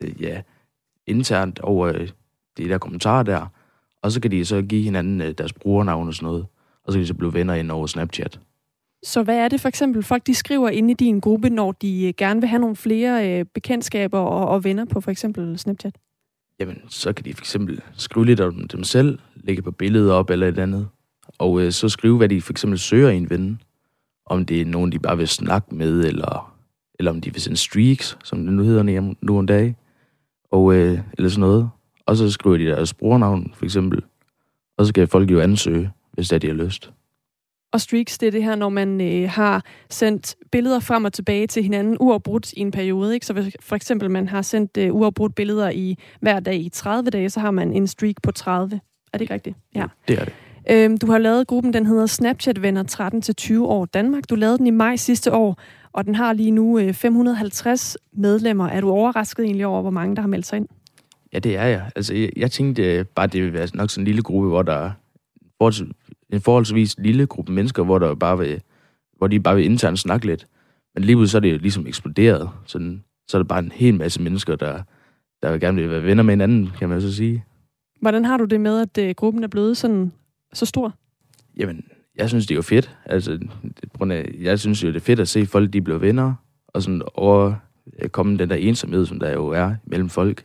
internt over de der kommentarer der, og så kan de så give hinanden deres brugernavn og sådan noget, og så kan de så blive venner ind over Snapchat. Så hvad er det for eksempel, folk de skriver inde i din gruppe, når de gerne vil have nogle flere bekendtskaber og venner på for eksempel Snapchat? Jamen, så kan de for eksempel skrive lidt om dem selv, lægge på billeder op eller et andet, og så skrive, hvad de for eksempel søger i en ven. Om det er nogen, de bare vil snakke med, eller om de vil sende streaks, som det nu hedder nu en dag, og, eller sådan noget. Og så skriver de deres brugernavn, for eksempel. Og så kan folk jo ansøge, hvis det er, de har lyst. Og streaks, det er det her, når man har sendt billeder frem og tilbage til hinanden uafbrudt i en periode. Ikke? Så hvis for eksempel man har sendt uafbrudt billeder i hver dag i 30 dage, så har man en streak på 30. Er det ikke rigtigt? Ja, det er det. Du har lavet gruppen, den hedder Snapchat-venner 13-20 år Danmark. Du lavede den i maj sidste år, og den har lige nu 550 medlemmer. Er du overrasket egentlig over, hvor mange der har meldt sig ind? Ja, det er jeg. Altså, jeg tænkte bare, det ville være nok sådan en lille gruppe, hvor der er en forholdsvis lille gruppe mennesker, hvor de bare vil internt snakke lidt. Men lige så er det ligesom eksploderet. Sådan, så er der bare en hel masse mennesker, der gerne vil være venner med hinanden, kan man så sige. Hvordan har du det med, at gruppen er blevet sådan så stor? Jamen, jeg synes, det er jo fedt. Altså, jeg synes jo, det er fedt at se folk, de bliver venner, og sådan overkomme den der ensomhed, som der jo er mellem folk.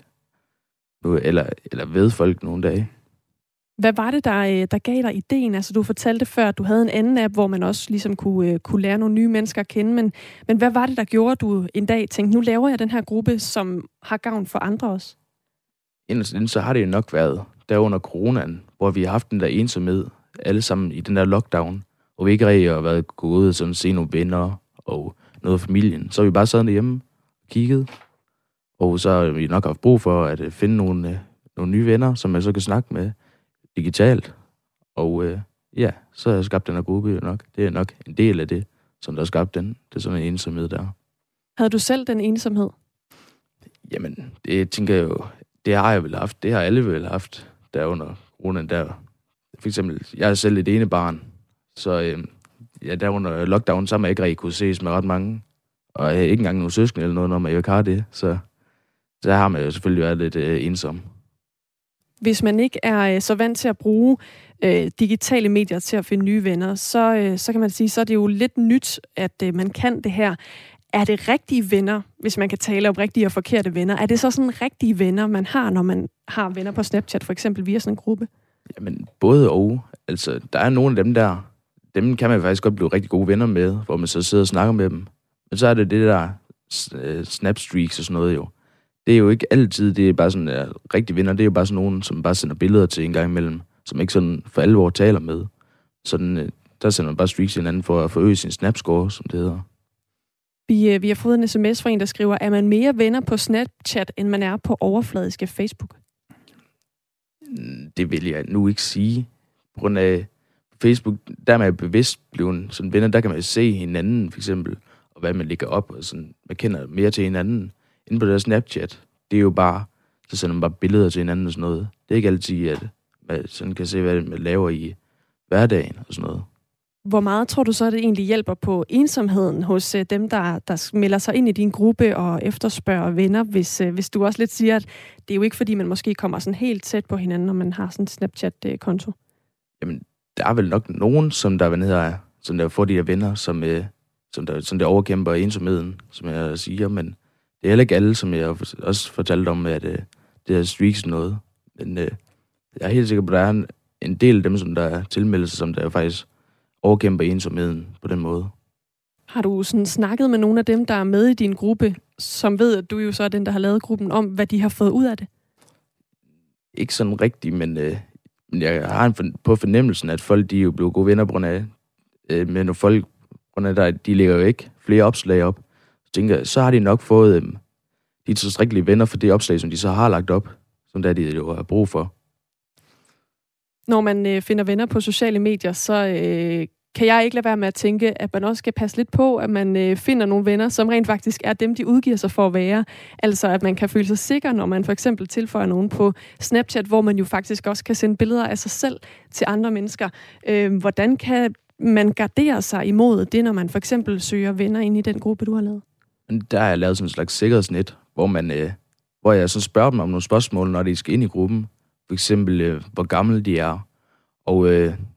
Eller ved folk nogle dage. Hvad var det, der gav dig ideen? Altså, du fortalte før, at du havde en anden app, hvor man også ligesom kunne lære nogle nye mennesker at kende. Men hvad var det, der gjorde, at du en dag tænkte, nu laver jeg den her gruppe, som har gavn for andre også? Inderst så har det jo nok været der under coronaen, hvor vi har haft den der ensomhed, alle sammen i den der lockdown, og vi ikke rigtig har været gået ud og sådan se nogle venner og noget af familien. Så har vi bare sad derhjemme og kigget, og så har vi nok haft brug for at finde nogle nye venner, som man så kan snakke med digitalt. Og så har jeg skabt den her gruppe jo nok. Det er nok en del af det, som der har skabt den. Det er sådan en ensomhed der. Havde du selv den ensomhed? Jamen, det tænker jeg jo, det har jeg vel haft. Det har alle vel haft der under coronaen der. For eksempel, jeg er selv et ene barn, så der under lockdown, så har man ikke rigtig kunne ses med ret mange. Og jeg har ikke engang nogen søskende eller noget, når man jo ikke har det. Så har man jo selvfølgelig været lidt ensom. Hvis man ikke er så vant til at bruge digitale medier til at finde nye venner, så kan man sige, så er det jo lidt nyt, at man kan det her. Er det rigtige venner, hvis man kan tale om rigtige og forkerte venner? Er det så sådan rigtige venner, man har, når man har venner på Snapchat, for eksempel via sådan en gruppe? Jamen, både og. Altså, der er nogle af dem kan man faktisk godt blive rigtig gode venner med, hvor man så sidder og snakker med dem. Men så er det der snapstreaks og sådan noget jo. Det er jo ikke altid, det er bare sådan rigtige venner. Det er jo bare sådan nogen, som bare sender billeder til en gang imellem, som ikke sådan for alvor taler med. Sådan, der sender man bare streaks til hinanden for at forøge sin snapscore, som det hedder. Vi har fået en sms fra en, der skriver, er man mere venner på Snapchat, end man er på overfladiske Facebook? Det vil jeg nu ikke sige. På grund af Facebook, der er man bevidst blevet sådan venner, der kan man se hinanden, for eksempel, og hvad man lægger op, og sådan, man kender mere til hinanden. Inden på det der Snapchat, det er jo bare, så sender man bare billeder til hinanden og sådan noget. Det er ikke altid, at man sådan kan se, hvad man laver i hverdagen og sådan noget. Hvor meget tror du så, at det egentlig hjælper på ensomheden hos dem, der melder sig ind i din gruppe og efterspørger venner, hvis du også lidt siger, at det er jo ikke fordi, man måske kommer sådan helt tæt på hinanden, når man har sådan en Snapchat-konto? Jamen, der er vel nok nogen, som der får de her venner, som der overkæmper ensomheden, som jeg siger, men det er heller ikke alle, som jeg også fortalte om, at det er streaks noget. Men jeg er helt sikker på, at der er en del af dem, som der er tilmeldt sig, som der faktisk overkæmper ensomheden på den måde. Har du sådan snakket med nogle af dem, der er med i din gruppe, som ved, at du jo så er den, der har lavet gruppen, om hvad de har fået ud af det? Ikke sådan rigtigt, men jeg har på fornemmelsen, at folk de er jo blevet gode venner på grund af, men når folk på grund af, de lægger jo ikke flere opslag op, så tænker jeg, så har de nok fået de tilstrækkelige venner for det opslag, som de så har lagt op, som der de jo har brug for. Når man finder venner på sociale medier, så kan jeg ikke lade være med at tænke, at man også skal passe lidt på, at man finder nogle venner, som rent faktisk er dem, de udgiver sig for at være. Altså, at man kan føle sig sikker, når man for eksempel tilføjer nogen på Snapchat, hvor man jo faktisk også kan sende billeder af sig selv til andre mennesker. Hvordan kan man gardere sig imod det, når man for eksempel søger venner ind i den gruppe, du har lavet? Der har jeg lavet sådan en slags sikkerhedsnet, hvor jeg så spørger dem om nogle spørgsmål, når de skal ind i gruppen. For eksempel, hvor gamle de er. Og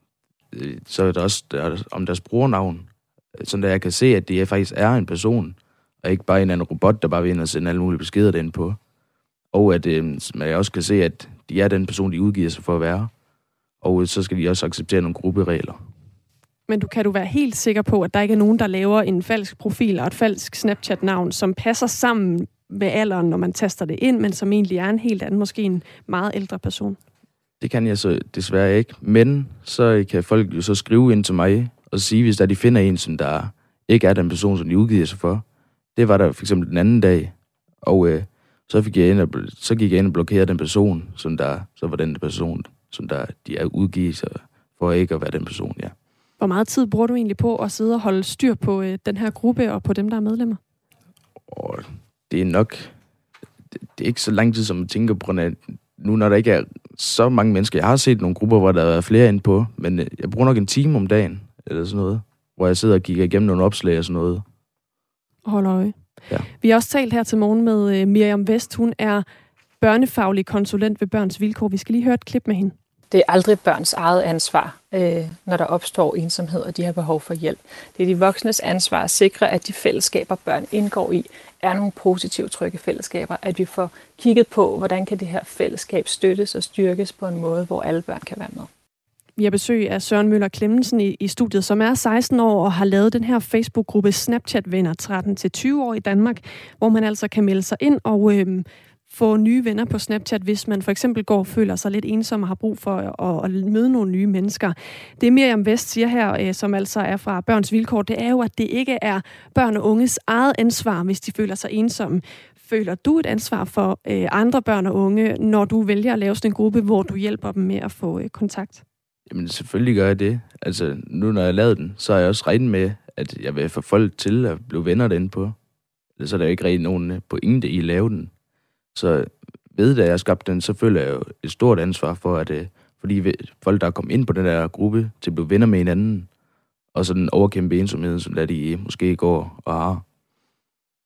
så er der også om deres brugernavn. Sådan at jeg kan se, at det faktisk er en person, og ikke bare en anden robot, der bare vil ind og sende alle mulige beskeder derinde på. Og at jeg også kan se, at de er den person, de udgiver sig for at være. Og så skal de også acceptere nogle grupperegler. Men kan du være helt sikker på, at der ikke er nogen, der laver en falsk profil og et falsk Snapchat-navn, som passer sammen med alderen, når man taster det ind, men som egentlig er en helt anden, måske en meget ældre person? Det kan jeg så desværre ikke. Men så kan folk jo så skrive ind til mig og sige, hvis der de finder en, som der ikke er den person, som de udgiver sig for. Det var der for eksempel den anden dag. Og så gik jeg ind og blokerede den person, som der så var den person, som der de er udgivet sig for ikke at være den person, ja. Hvor meget tid bruger du egentlig på at sidde og holde styr på den her gruppe og på dem, der er medlemmer? Det er nok... Det er ikke så lang tid, som jeg tænker på, at nu når der ikke er så mange mennesker. Jeg har set nogle grupper, hvor der er flere inde på, men jeg bruger nok en time om dagen, eller sådan noget, hvor jeg sidder og kigger igennem nogle opslag og sådan noget. Hold øje. Ja. Vi har også talt her til morgen med Miriam West. Hun er børnefaglig konsulent ved Børns Vilkår. Vi skal lige høre et klip med hende. Det er aldrig børns eget ansvar, når der opstår ensomhed, og de har behov for hjælp. Det er de voksnes ansvar at sikre, at de fællesskaber, børn indgår i, er nogle positive, trygge fællesskaber. At vi får kigget på, hvordan kan det her fællesskab støttes og styrkes på en måde, hvor alle børn kan være med. Vi har besøg af Søren Møller Clemmensen i studiet, som er 16 år og har lavet den her Facebook-gruppe Snapchat-venner 13-20 år i Danmark, hvor man altså kan melde sig ind og få nye venner på Snapchat, hvis man for eksempel går og føler sig lidt ensom og har brug for at møde nogle nye mennesker. Det Miriam West siger her, som altså er fra Børns Vilkår, det er jo, at det ikke er børn og unges eget ansvar, hvis de føler sig ensomme. Føler du et ansvar for andre børn og unge, når du vælger at lave sådan en gruppe, hvor du hjælper dem med at få kontakt? Jamen selvfølgelig gør jeg det. Altså nu når jeg lavede den, så har jeg også regnet med, at jeg vil få folk til at blive venner derinde på. Ellers er der jo ikke rigtig nogen pointe i at lave den. Så ved da jeg har skabt den, så føler jeg jo et stort ansvar for, at fordi folk, der er kommet ind på den der gruppe, til at blive venner med hinanden, og så den overkæmpe ensomhed, som der de måske går og har.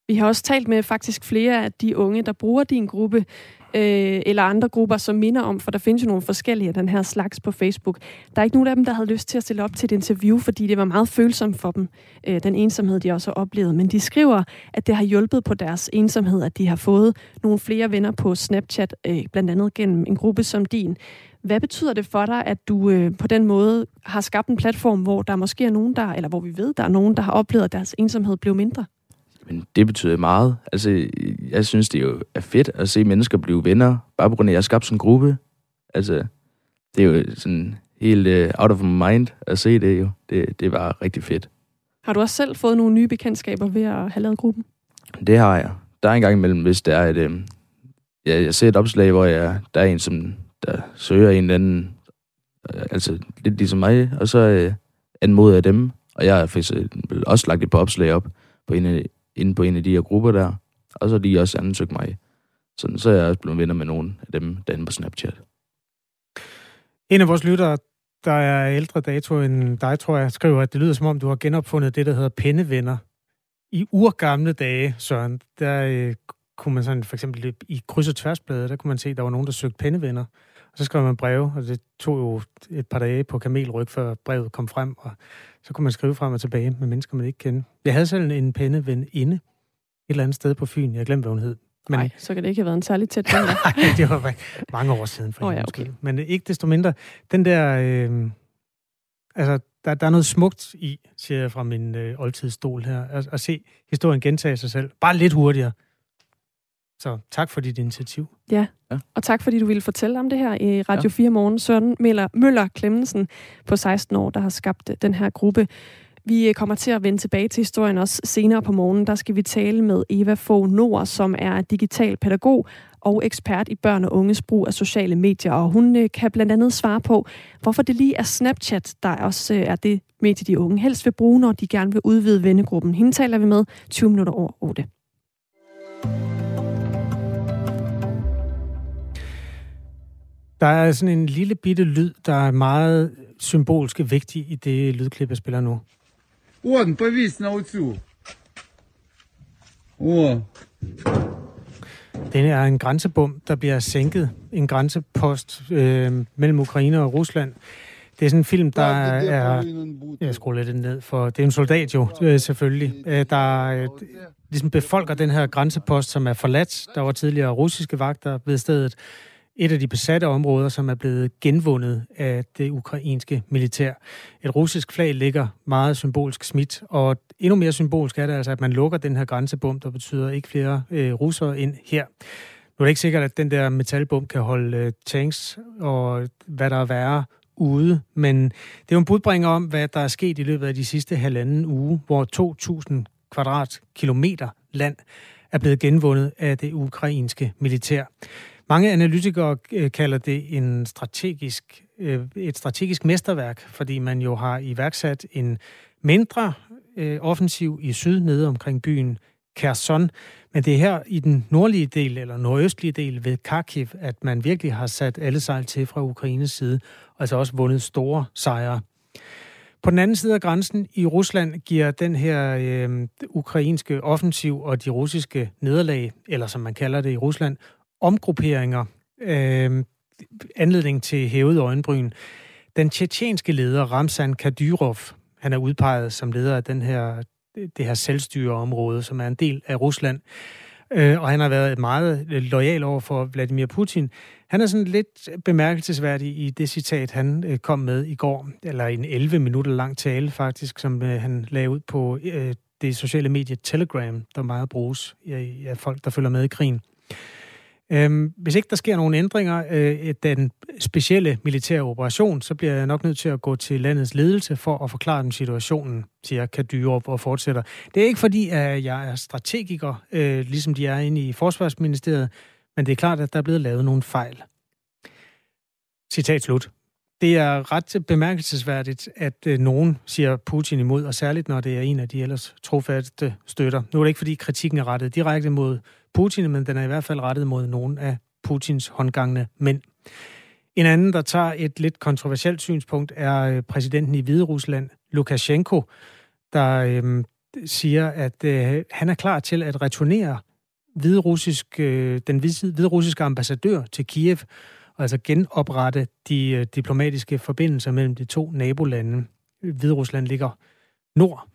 Vi har også talt med faktisk flere af de unge, der bruger din gruppe, eller andre grupper, som minder om, for der findes jo nogle forskellige af den her slags på Facebook. Der er ikke nogen af dem, der havde lyst til at stille op til et interview, fordi det var meget følsomt for dem, den ensomhed, de også har oplevet. Men de skriver, at det har hjulpet på deres ensomhed, at de har fået nogle flere venner på Snapchat, blandt andet gennem en gruppe som din. Hvad betyder det for dig, at du på den måde har skabt en platform, hvor der måske er nogen, eller hvor vi ved, der er nogen, der har oplevet, at deres ensomhed blev mindre? Men det betyder meget. Altså, jeg synes, det jo er fedt at se mennesker blive venner, bare på grund af, at jeg har skabt sådan en gruppe. Altså, det er jo sådan helt out of my mind at se det jo. Det var rigtig fedt. Har du også selv fået nogle nye bekendtskaber ved at have lavet gruppen? Det har jeg. Der er en gang imellem, hvis der er et... jeg ser et opslag, hvor der er en, som der søger en eller anden, altså lidt ligesom mig, og så anmoder jeg dem. Og jeg har for eksempel også lagt et par opslag op på inde på en af de her grupper der, og så har de også ansøgt mig. Så er jeg også blevet venner med nogen af dem derinde på Snapchat. En af vores lyttere, der er ældre dato end dig, tror jeg, skriver, at det lyder som om, du har genopfundet det, der hedder pennevenner. I urgamle dage, Søren, der kunne man sådan, for eksempel i kryds- og tværsbladet, der kunne man se, at der var nogen, der søgte pennevenner. Og så skrev man breve, og det tog jo et par dage på kamelryg, før brevet kom frem, og så kunne man skrive frem og tilbage med mennesker, man ikke kender. Jeg havde selv en penneven inde et eller andet sted på Fyn. Jeg glemte, hvad hun hed. Nej, så kan det ikke have været en særlig tæt ven. Nej, det var mange år siden for hende, okay. Men ikke desto mindre, den der... altså, der er noget smukt i, siger jeg fra min oldtidsstol her, at se historien gentage sig selv. Bare lidt hurtigere. Så tak for dit initiativ. Ja, og tak fordi du ville fortælle om det her i Radio 4 Morgen. Søren Møller Clemmensen på 16 år, der har skabt den her gruppe. Vi kommer til at vende tilbage til historien også senere på morgenen. Der skal vi tale med Eva Fogh Nord, som er digital pædagog og ekspert i børn og unges brug af sociale medier. Og hun kan blandt andet svare på, hvorfor det lige er Snapchat, der også er det medie, de unge helst vil bruge, når de gerne vil udvide vennegruppen. Hende taler vi med 20 minutter over 8. Der er sådan en lille bitte lyd, der er meget symbolsk vigtig i det lydklip, jeg spiller nu. Он повис на утю. Den er en grænsebom, der bliver sænket. En grænsepost mellem Ukraine og Rusland. Det er sådan en film, der er... Jeg skruer lidt ned, for det er en soldat jo, selvfølgelig. Der ligesom befolker den her grænsepost, som er forladt. Der var tidligere russiske vagter ved stedet. Et af de besatte områder, som er blevet genvundet af det ukrainske militær. Et russisk flag ligger meget symbolsk smidt, og endnu mere symbolsk er det altså, at man lukker den her grænsebom, der betyder ikke flere russere ind her. Nu er det ikke sikkert, at den der metalbom kan holde tanks og hvad der er værre ude, men det er jo en budbringer om, hvad der er sket i løbet af de sidste halvanden uge, hvor 2.000 kvadratkilometer land er blevet genvundet af det ukrainske militær. Mange analytikere kalder det et strategisk mesterværk, fordi man jo har iværksat en mindre offensiv i syd, nede omkring byen Kherson. Men det er her i den nordlige del, eller nordøstlige del ved Kharkiv, at man virkelig har sat alle sejl til fra Ukraines side, og altså også vundet store sejre. På den anden side af grænsen i Rusland giver den her ukrainske offensiv og de russiske nederlag, eller som man kalder det i Rusland, omgrupperinger, anledning til hævet øjenbryn. Den tjetjenske leder, Ramzan Kadyrov, han er udpeget som leder af det her selvstyreområde, som er en del af Rusland. Og han har været meget loyal over for Vladimir Putin. Han er sådan lidt bemærkelsesværdig i det citat, han kom med i går, eller en 11 minutter lang tale faktisk, som han lagde ud på det sociale medie Telegram, der meget bruges af folk, der følger med i krigen. Hvis ikke der sker nogen ændringer den specielle militære operation, så bliver jeg nok nødt til at gå til landets ledelse for at forklare dem situationen, siger Kadyrov og fortsætter. Det er ikke fordi, at jeg er strategiker, ligesom de er inde i Forsvarsministeriet, men det er klart, at der er blevet lavet nogle fejl. Citat slut. Det er ret bemærkelsesværdigt, at nogen siger Putin imod, og særligt når det er en af de ellers trofaste støtter. Nu er det ikke fordi kritikken er rettet direkte mod Putin, men den er i hvert fald rettet mod nogle af Putins håndgangne mænd. En anden, der tager et lidt kontroversielt synspunkt, er præsidenten i Hviderusland, Lukashenko, der siger, at han er klar til at returnere den hviderussiske ambassadør til Kiev, og altså genoprette de diplomatiske forbindelser mellem de to nabolande. Hviderusland ligger nord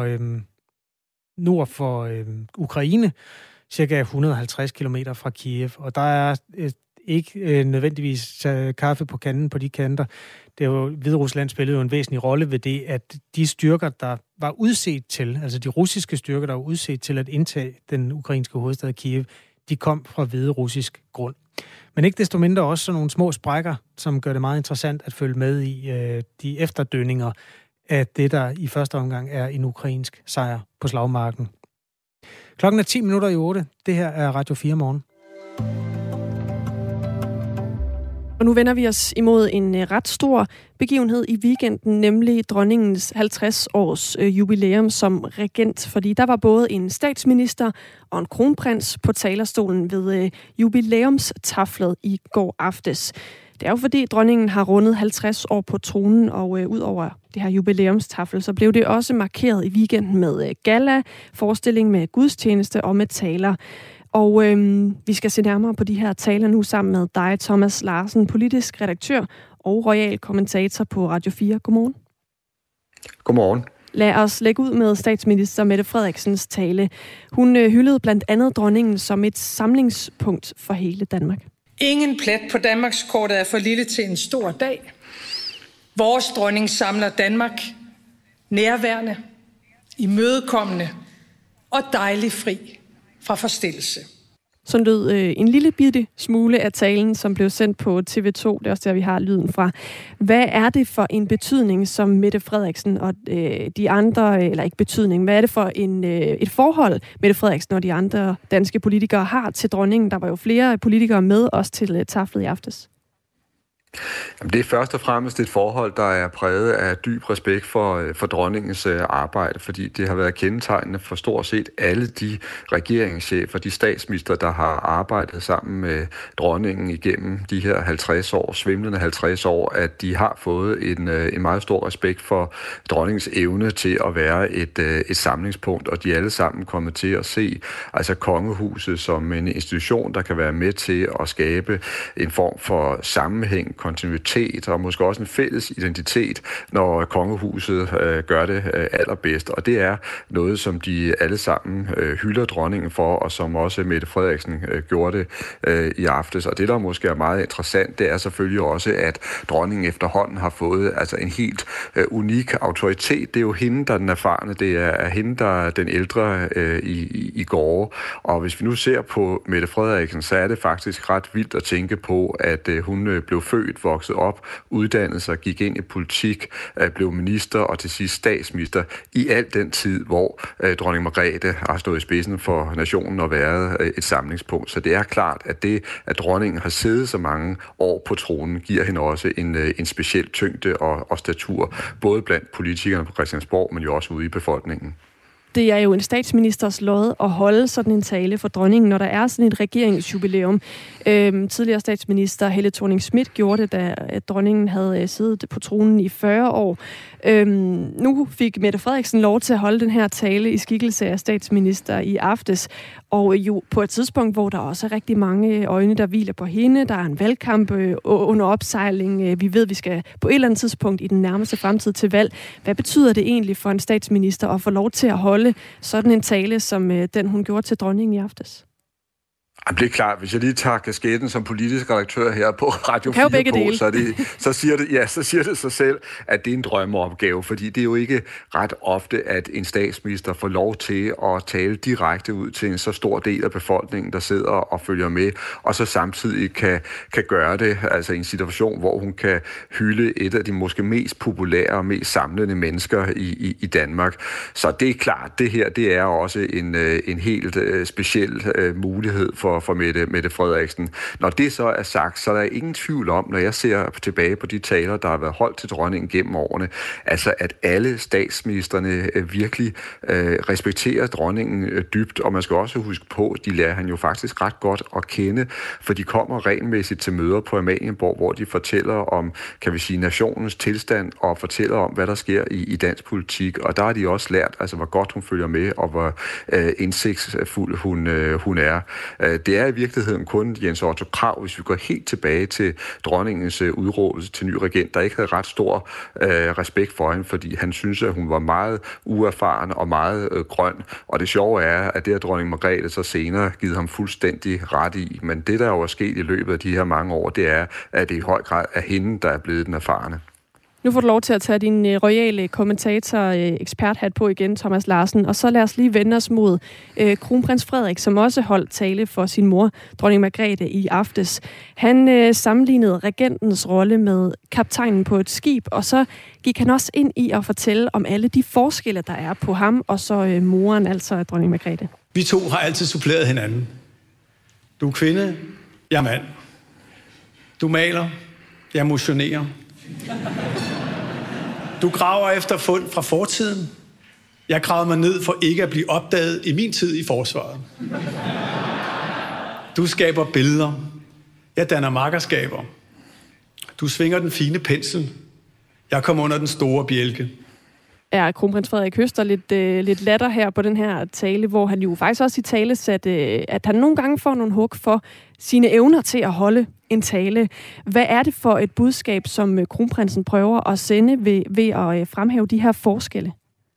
for Ukraine, cirka 150 kilometer fra Kiev, og der er ikke nødvendigvis kaffe på kanden på de kanter. Det er jo, Hviderusland spillede jo en væsentlig rolle ved det, at de styrker, der var udset til, altså de russiske styrker, der var udset til at indtage den ukrainske hovedstad Kiev, de kom fra hviderussisk grund. Men ikke desto mindre også sådan nogle små sprækker, som gør det meget interessant at følge med i de efterdønninger af det, der i første omgang er en ukrainsk sejr på slagmarken. Klokken er 7:10. Det her er Radio 4 morgen. Og nu vender vi os imod en ret stor begivenhed i weekenden, nemlig dronningens 50-års jubilæum som regent. Fordi der var både en statsminister og en kronprins på talerstolen ved jubilæumstaflet i går aftes. Det er jo fordi dronningen har rundet 50 år på tronen, og ud over det her jubilæumstafel, så blev det også markeret i weekenden med gala, forestilling med gudstjeneste og med taler. Og vi skal se nærmere på de her taler nu sammen med dig, Thomas Larsen, politisk redaktør og royal kommentator på Radio 4. Godmorgen. Godmorgen. Lad os lægge ud med statsminister Mette Frederiksens tale. Hun hyldede blandt andet dronningen som et samlingspunkt for hele Danmark. Ingen plet på Danmarkskortet er for lille til en stor dag. Vores dronning samler Danmark nærværende, imødekommende og dejlig fri fra forstillelse. Så lød en lille bitte smule af talen, som blev sendt på TV2. Det er også der, vi har lyden fra. Hvad er det for en betydning, som Mette Frederiksen og de andre, eller ikke betydning, hvad er det for et forhold, Mette Frederiksen og de andre danske politikere har til dronningen? Der var jo flere politikere med os til taflet i aftes. Jamen, det er først og fremmest et forhold, der er præget af dyb respekt for dronningens arbejde, fordi det har været kendetegnende for stort set alle de regeringschefer, de statsminister, der har arbejdet sammen med dronningen igennem de her 50 år, svimlende 50 år, at de har fået en meget stor respekt for dronningens evne til at være et samlingspunkt, og de er alle sammen kommet til at se altså kongehuset som en institution, der kan være med til at skabe en form for sammenhæng, kontinuitet og måske også en fælles identitet, når kongehuset gør det allerbedst. Og det er noget, som de alle sammen hylder dronningen for, og som også Mette Frederiksen gjorde det i aftes. Og det, der måske er meget interessant, det er selvfølgelig også, at dronningen efterhånden har fået altså en helt unik autoritet. Det er jo hende, der er den erfarne. Det er hende, der er den ældre i går. Og hvis vi nu ser på Mette Frederiksen, så er det faktisk ret vildt at tænke på, at hun blev født, voksede op, uddannede sig, gik ind i politik, blev minister og til sidst statsminister i al den tid, hvor dronning Margrethe har stået i spidsen for nationen og været et samlingspunkt. Så det er klart, at det, at dronningen har siddet så mange år på tronen, giver hende også en speciel tyngde og statur, både blandt politikerne på Christiansborg, men jo også ude i befolkningen. Det er jo en statsministers lod at holde sådan en tale for dronningen, når der er sådan et regeringsjubilæum. Tidligere statsminister Helle Thorning-Schmidt gjorde det, da dronningen havde siddet på tronen i 40 år. Nu fik Mette Frederiksen lov til at holde den her tale i skikkelse af statsminister i aftes. Og jo på et tidspunkt, hvor der også er rigtig mange øjne, der hviler på hende. Der er en valgkamp under opsejling. Vi ved, vi skal på et eller andet tidspunkt i den nærmeste fremtid til valg. Hvad betyder det egentlig for en statsminister at få lov til at holde sådan en tale, som den hun gjorde til dronningen i aftes? Det er klart, hvis jeg lige tager kasketten som politisk redaktør her på Radio 4 på, så siger det sig selv, at det er en drømmeopgave, fordi det er jo ikke ret ofte, at en statsminister får lov til at tale direkte ud til en så stor del af befolkningen, der sidder og følger med, og så samtidig kan gøre det, altså i en situation, hvor hun kan hylde et af de måske mest populære og mest samlende mennesker i Danmark. Så det er klart, det her det er også en helt speciel mulighed for for Mette Frederiksen. Når det så er sagt, så er der ingen tvivl om, når jeg ser tilbage på de taler, der har været holdt til dronningen gennem årene, altså at alle statsministerne virkelig respekterer dronningen dybt, og man skal også huske på, at de lærer han jo faktisk ret godt at kende, for de kommer regelmæssigt til møder på Amalienborg, hvor de fortæller om, kan vi sige, nationens tilstand, og fortæller om, hvad der sker i dansk politik, og der har de også lært, altså hvor godt hun følger med, og hvor indsigtsfuld hun er. Det er i virkeligheden kun Jens Otto Krag, hvis vi går helt tilbage til dronningens udråbelse til ny regent, der ikke havde ret stor respekt for hende, fordi han synes, at hun var meget uerfaren og meget grøn, og det sjove er, at det har dronning Margrethe så senere givet ham fuldstændig ret i, men det, der jo er sket i løbet af de her mange år, det er, at det i høj grad er hende, der er blevet den erfarne. Nu får du lov til at tage din royale kommentator-eksperthat på igen, Thomas Larsen, og så lad os lige vende os mod kronprins Frederik, som også holdt tale for sin mor, dronning Margrethe, i aftes. Han sammenlignede regentens rolle med kaptajnen på et skib, og så gik han også ind i at fortælle om alle de forskelle, der er på ham og så moren, altså dronning Margrethe. Vi to har altid suppleret hinanden. Du er kvinde, jeg er mand. Du maler, jeg motionerer. Du graver efter fund fra fortiden. Jeg gravede mig ned for ikke at blive opdaget i min tid i forsvaret. Du skaber billeder. Jeg danner makkerskaber. Du svinger den fine pensel. Jeg kommer under den store bjælke. Ja, kronprins Frederik høster lidt latter her på den her tale, hvor han jo faktisk også i tale satte, at han nogle gange får nogle hug for sine evner til at holde en tale. Hvad er det for et budskab, som kronprinsen prøver at sende ved at fremhæve de her forskelle?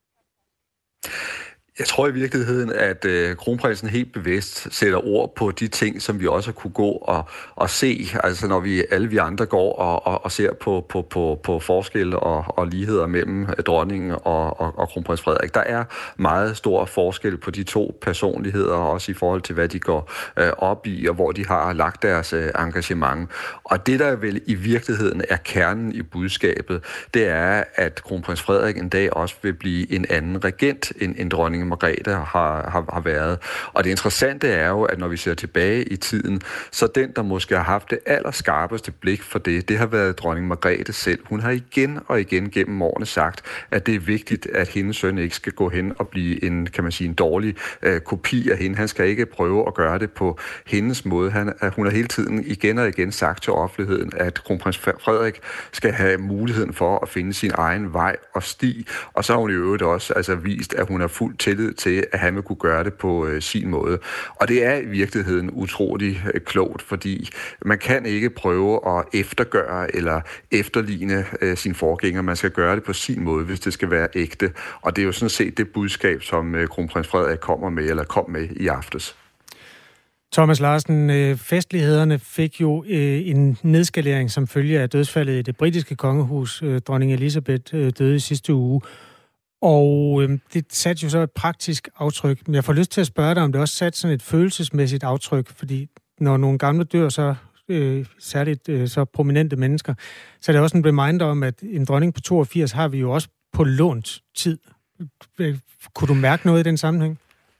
Jeg tror i virkeligheden, at kronprinsen helt bevidst sætter ord på de ting, som vi også kunne gå og se. Altså når alle vi andre går og ser på forskelle og ligheder mellem dronningen og kronprins Frederik. Der er meget stor forskel på de to personligheder, også i forhold til, hvad de går op i, og hvor de har lagt deres engagement. Og det, der vel i virkeligheden er kernen i budskabet, det er, at kronprins Frederik en dag også vil blive en anden regent end dronning Margrethe har været. Og det interessante er jo, at når vi ser tilbage i tiden, så den, der måske har haft det allerskarpeste blik for det har været dronning Margrethe selv. Hun har igen og igen gennem årene sagt, at det er vigtigt, at hendes søn ikke skal gå hen og blive en, kan man sige, en dårlig kopi af hende. Han skal ikke prøve at gøre det på hendes måde. Hun har hele tiden igen og igen sagt til offentligheden, at kronprins Frederik skal have muligheden for at finde sin egen vej og sti. Og så har hun i øvrigt også vist, at hun har fuld tillid til, at han vil kunne gøre det på sin måde. Og det er i virkeligheden utrolig klogt, fordi man kan ikke prøve at eftergøre eller efterligne sin forgænger. Man skal gøre det på sin måde, hvis det skal være ægte. Og det er jo sådan set det budskab, som kronprins Frederik kom med i aftes. Thomas Larsen, festlighederne fik jo en nedskalering som følge af dødsfaldet i det britiske kongehus. Dronning Elizabeth døde i sidste uge. Og det satte jo så et praktisk aftryk. Men jeg får lyst til at spørge dig, om det også satte sådan et følelsesmæssigt aftryk, fordi når nogle gamle dør, så særligt så prominente mennesker, så er det også en reminder om, at en dronning på 82 har vi jo også på lånt tid. Kunne du mærke noget i den sammenhæng?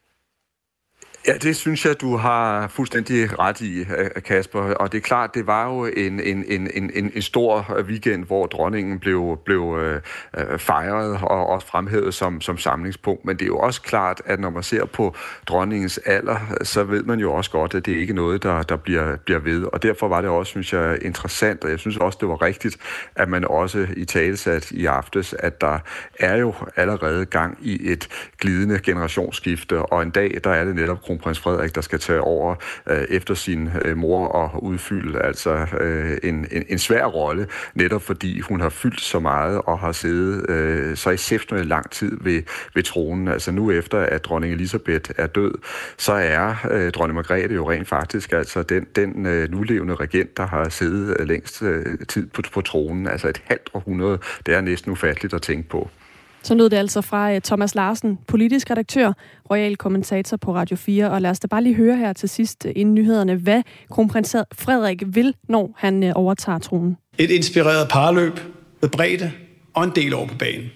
Ja, det synes jeg, du har fuldstændig ret i, Kasper. Og det er klart, det var jo en stor weekend, hvor dronningen blev fejret og også fremhævet som samlingspunkt. Men det er jo også klart, at når man ser på dronningens alder, så ved man jo også godt, at det ikke er noget, der bliver ved. Og derfor var det også, synes jeg, interessant, og jeg synes også, det var rigtigt, at man også i talesat i aftes, at der er jo allerede gang i et glidende generationsskifte, og en dag, der er det netop kronprins Frederik, der skal tage over efter sin mor og udfylde altså en svær rolle, netop fordi hun har fyldt så meget og har siddet så exceptionelt lang tid ved tronen. Altså nu efter, at dronning Elizabeth er død, så er dronning Margrethe jo rent faktisk altså den nulevende regent, der har siddet længst tid på tronen, altså et halvt århundrede. Det er næsten ufatteligt at tænke på. Så lød det altså fra Thomas Larsen, politisk redaktør, royal kommentator på Radio 4. Og lad os da bare lige høre her til sidst inden nyhederne, hvad kronprins Frederik vil, når han overtager tronen. Et inspireret parløb med bredde og en del over på banen.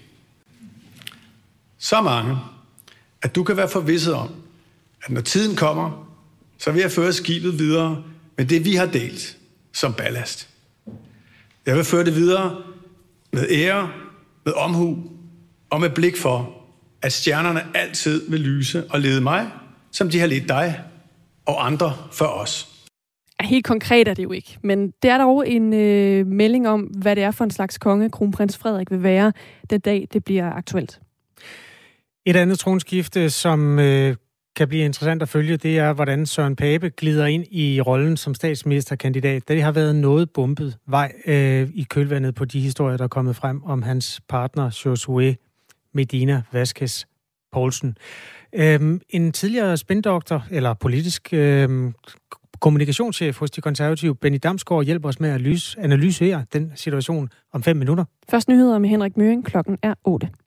Så mange, at du kan være forvisset om, at når tiden kommer, så vil jeg føre skibet videre med det, vi har delt som ballast. Jeg vil føre det videre med ære, med omhu og med blik for, at stjernerne altid vil lyse og lede mig, som de har ledt dig og andre før os. Helt konkret er det jo ikke, men det er dog en melding om, hvad det er for en slags konge, kronprins Frederik vil være den dag, det bliver aktuelt. Et andet tronskifte, som kan blive interessant at følge, det er, hvordan Søren Pape glider ind i rollen som statsministerkandidat. Det har været noget bumpet vej i kølvandet på de historier, der er kommet frem om hans partner, Josué Medina Vázquez Poulsen. En tidligere spindoktor, eller politisk kommunikationschef hos de konservative, Benny Damsgaard, hjælper os med at analysere den situation om 5 minutter. Først nyheder med Henrik Møring. Klokken er 8.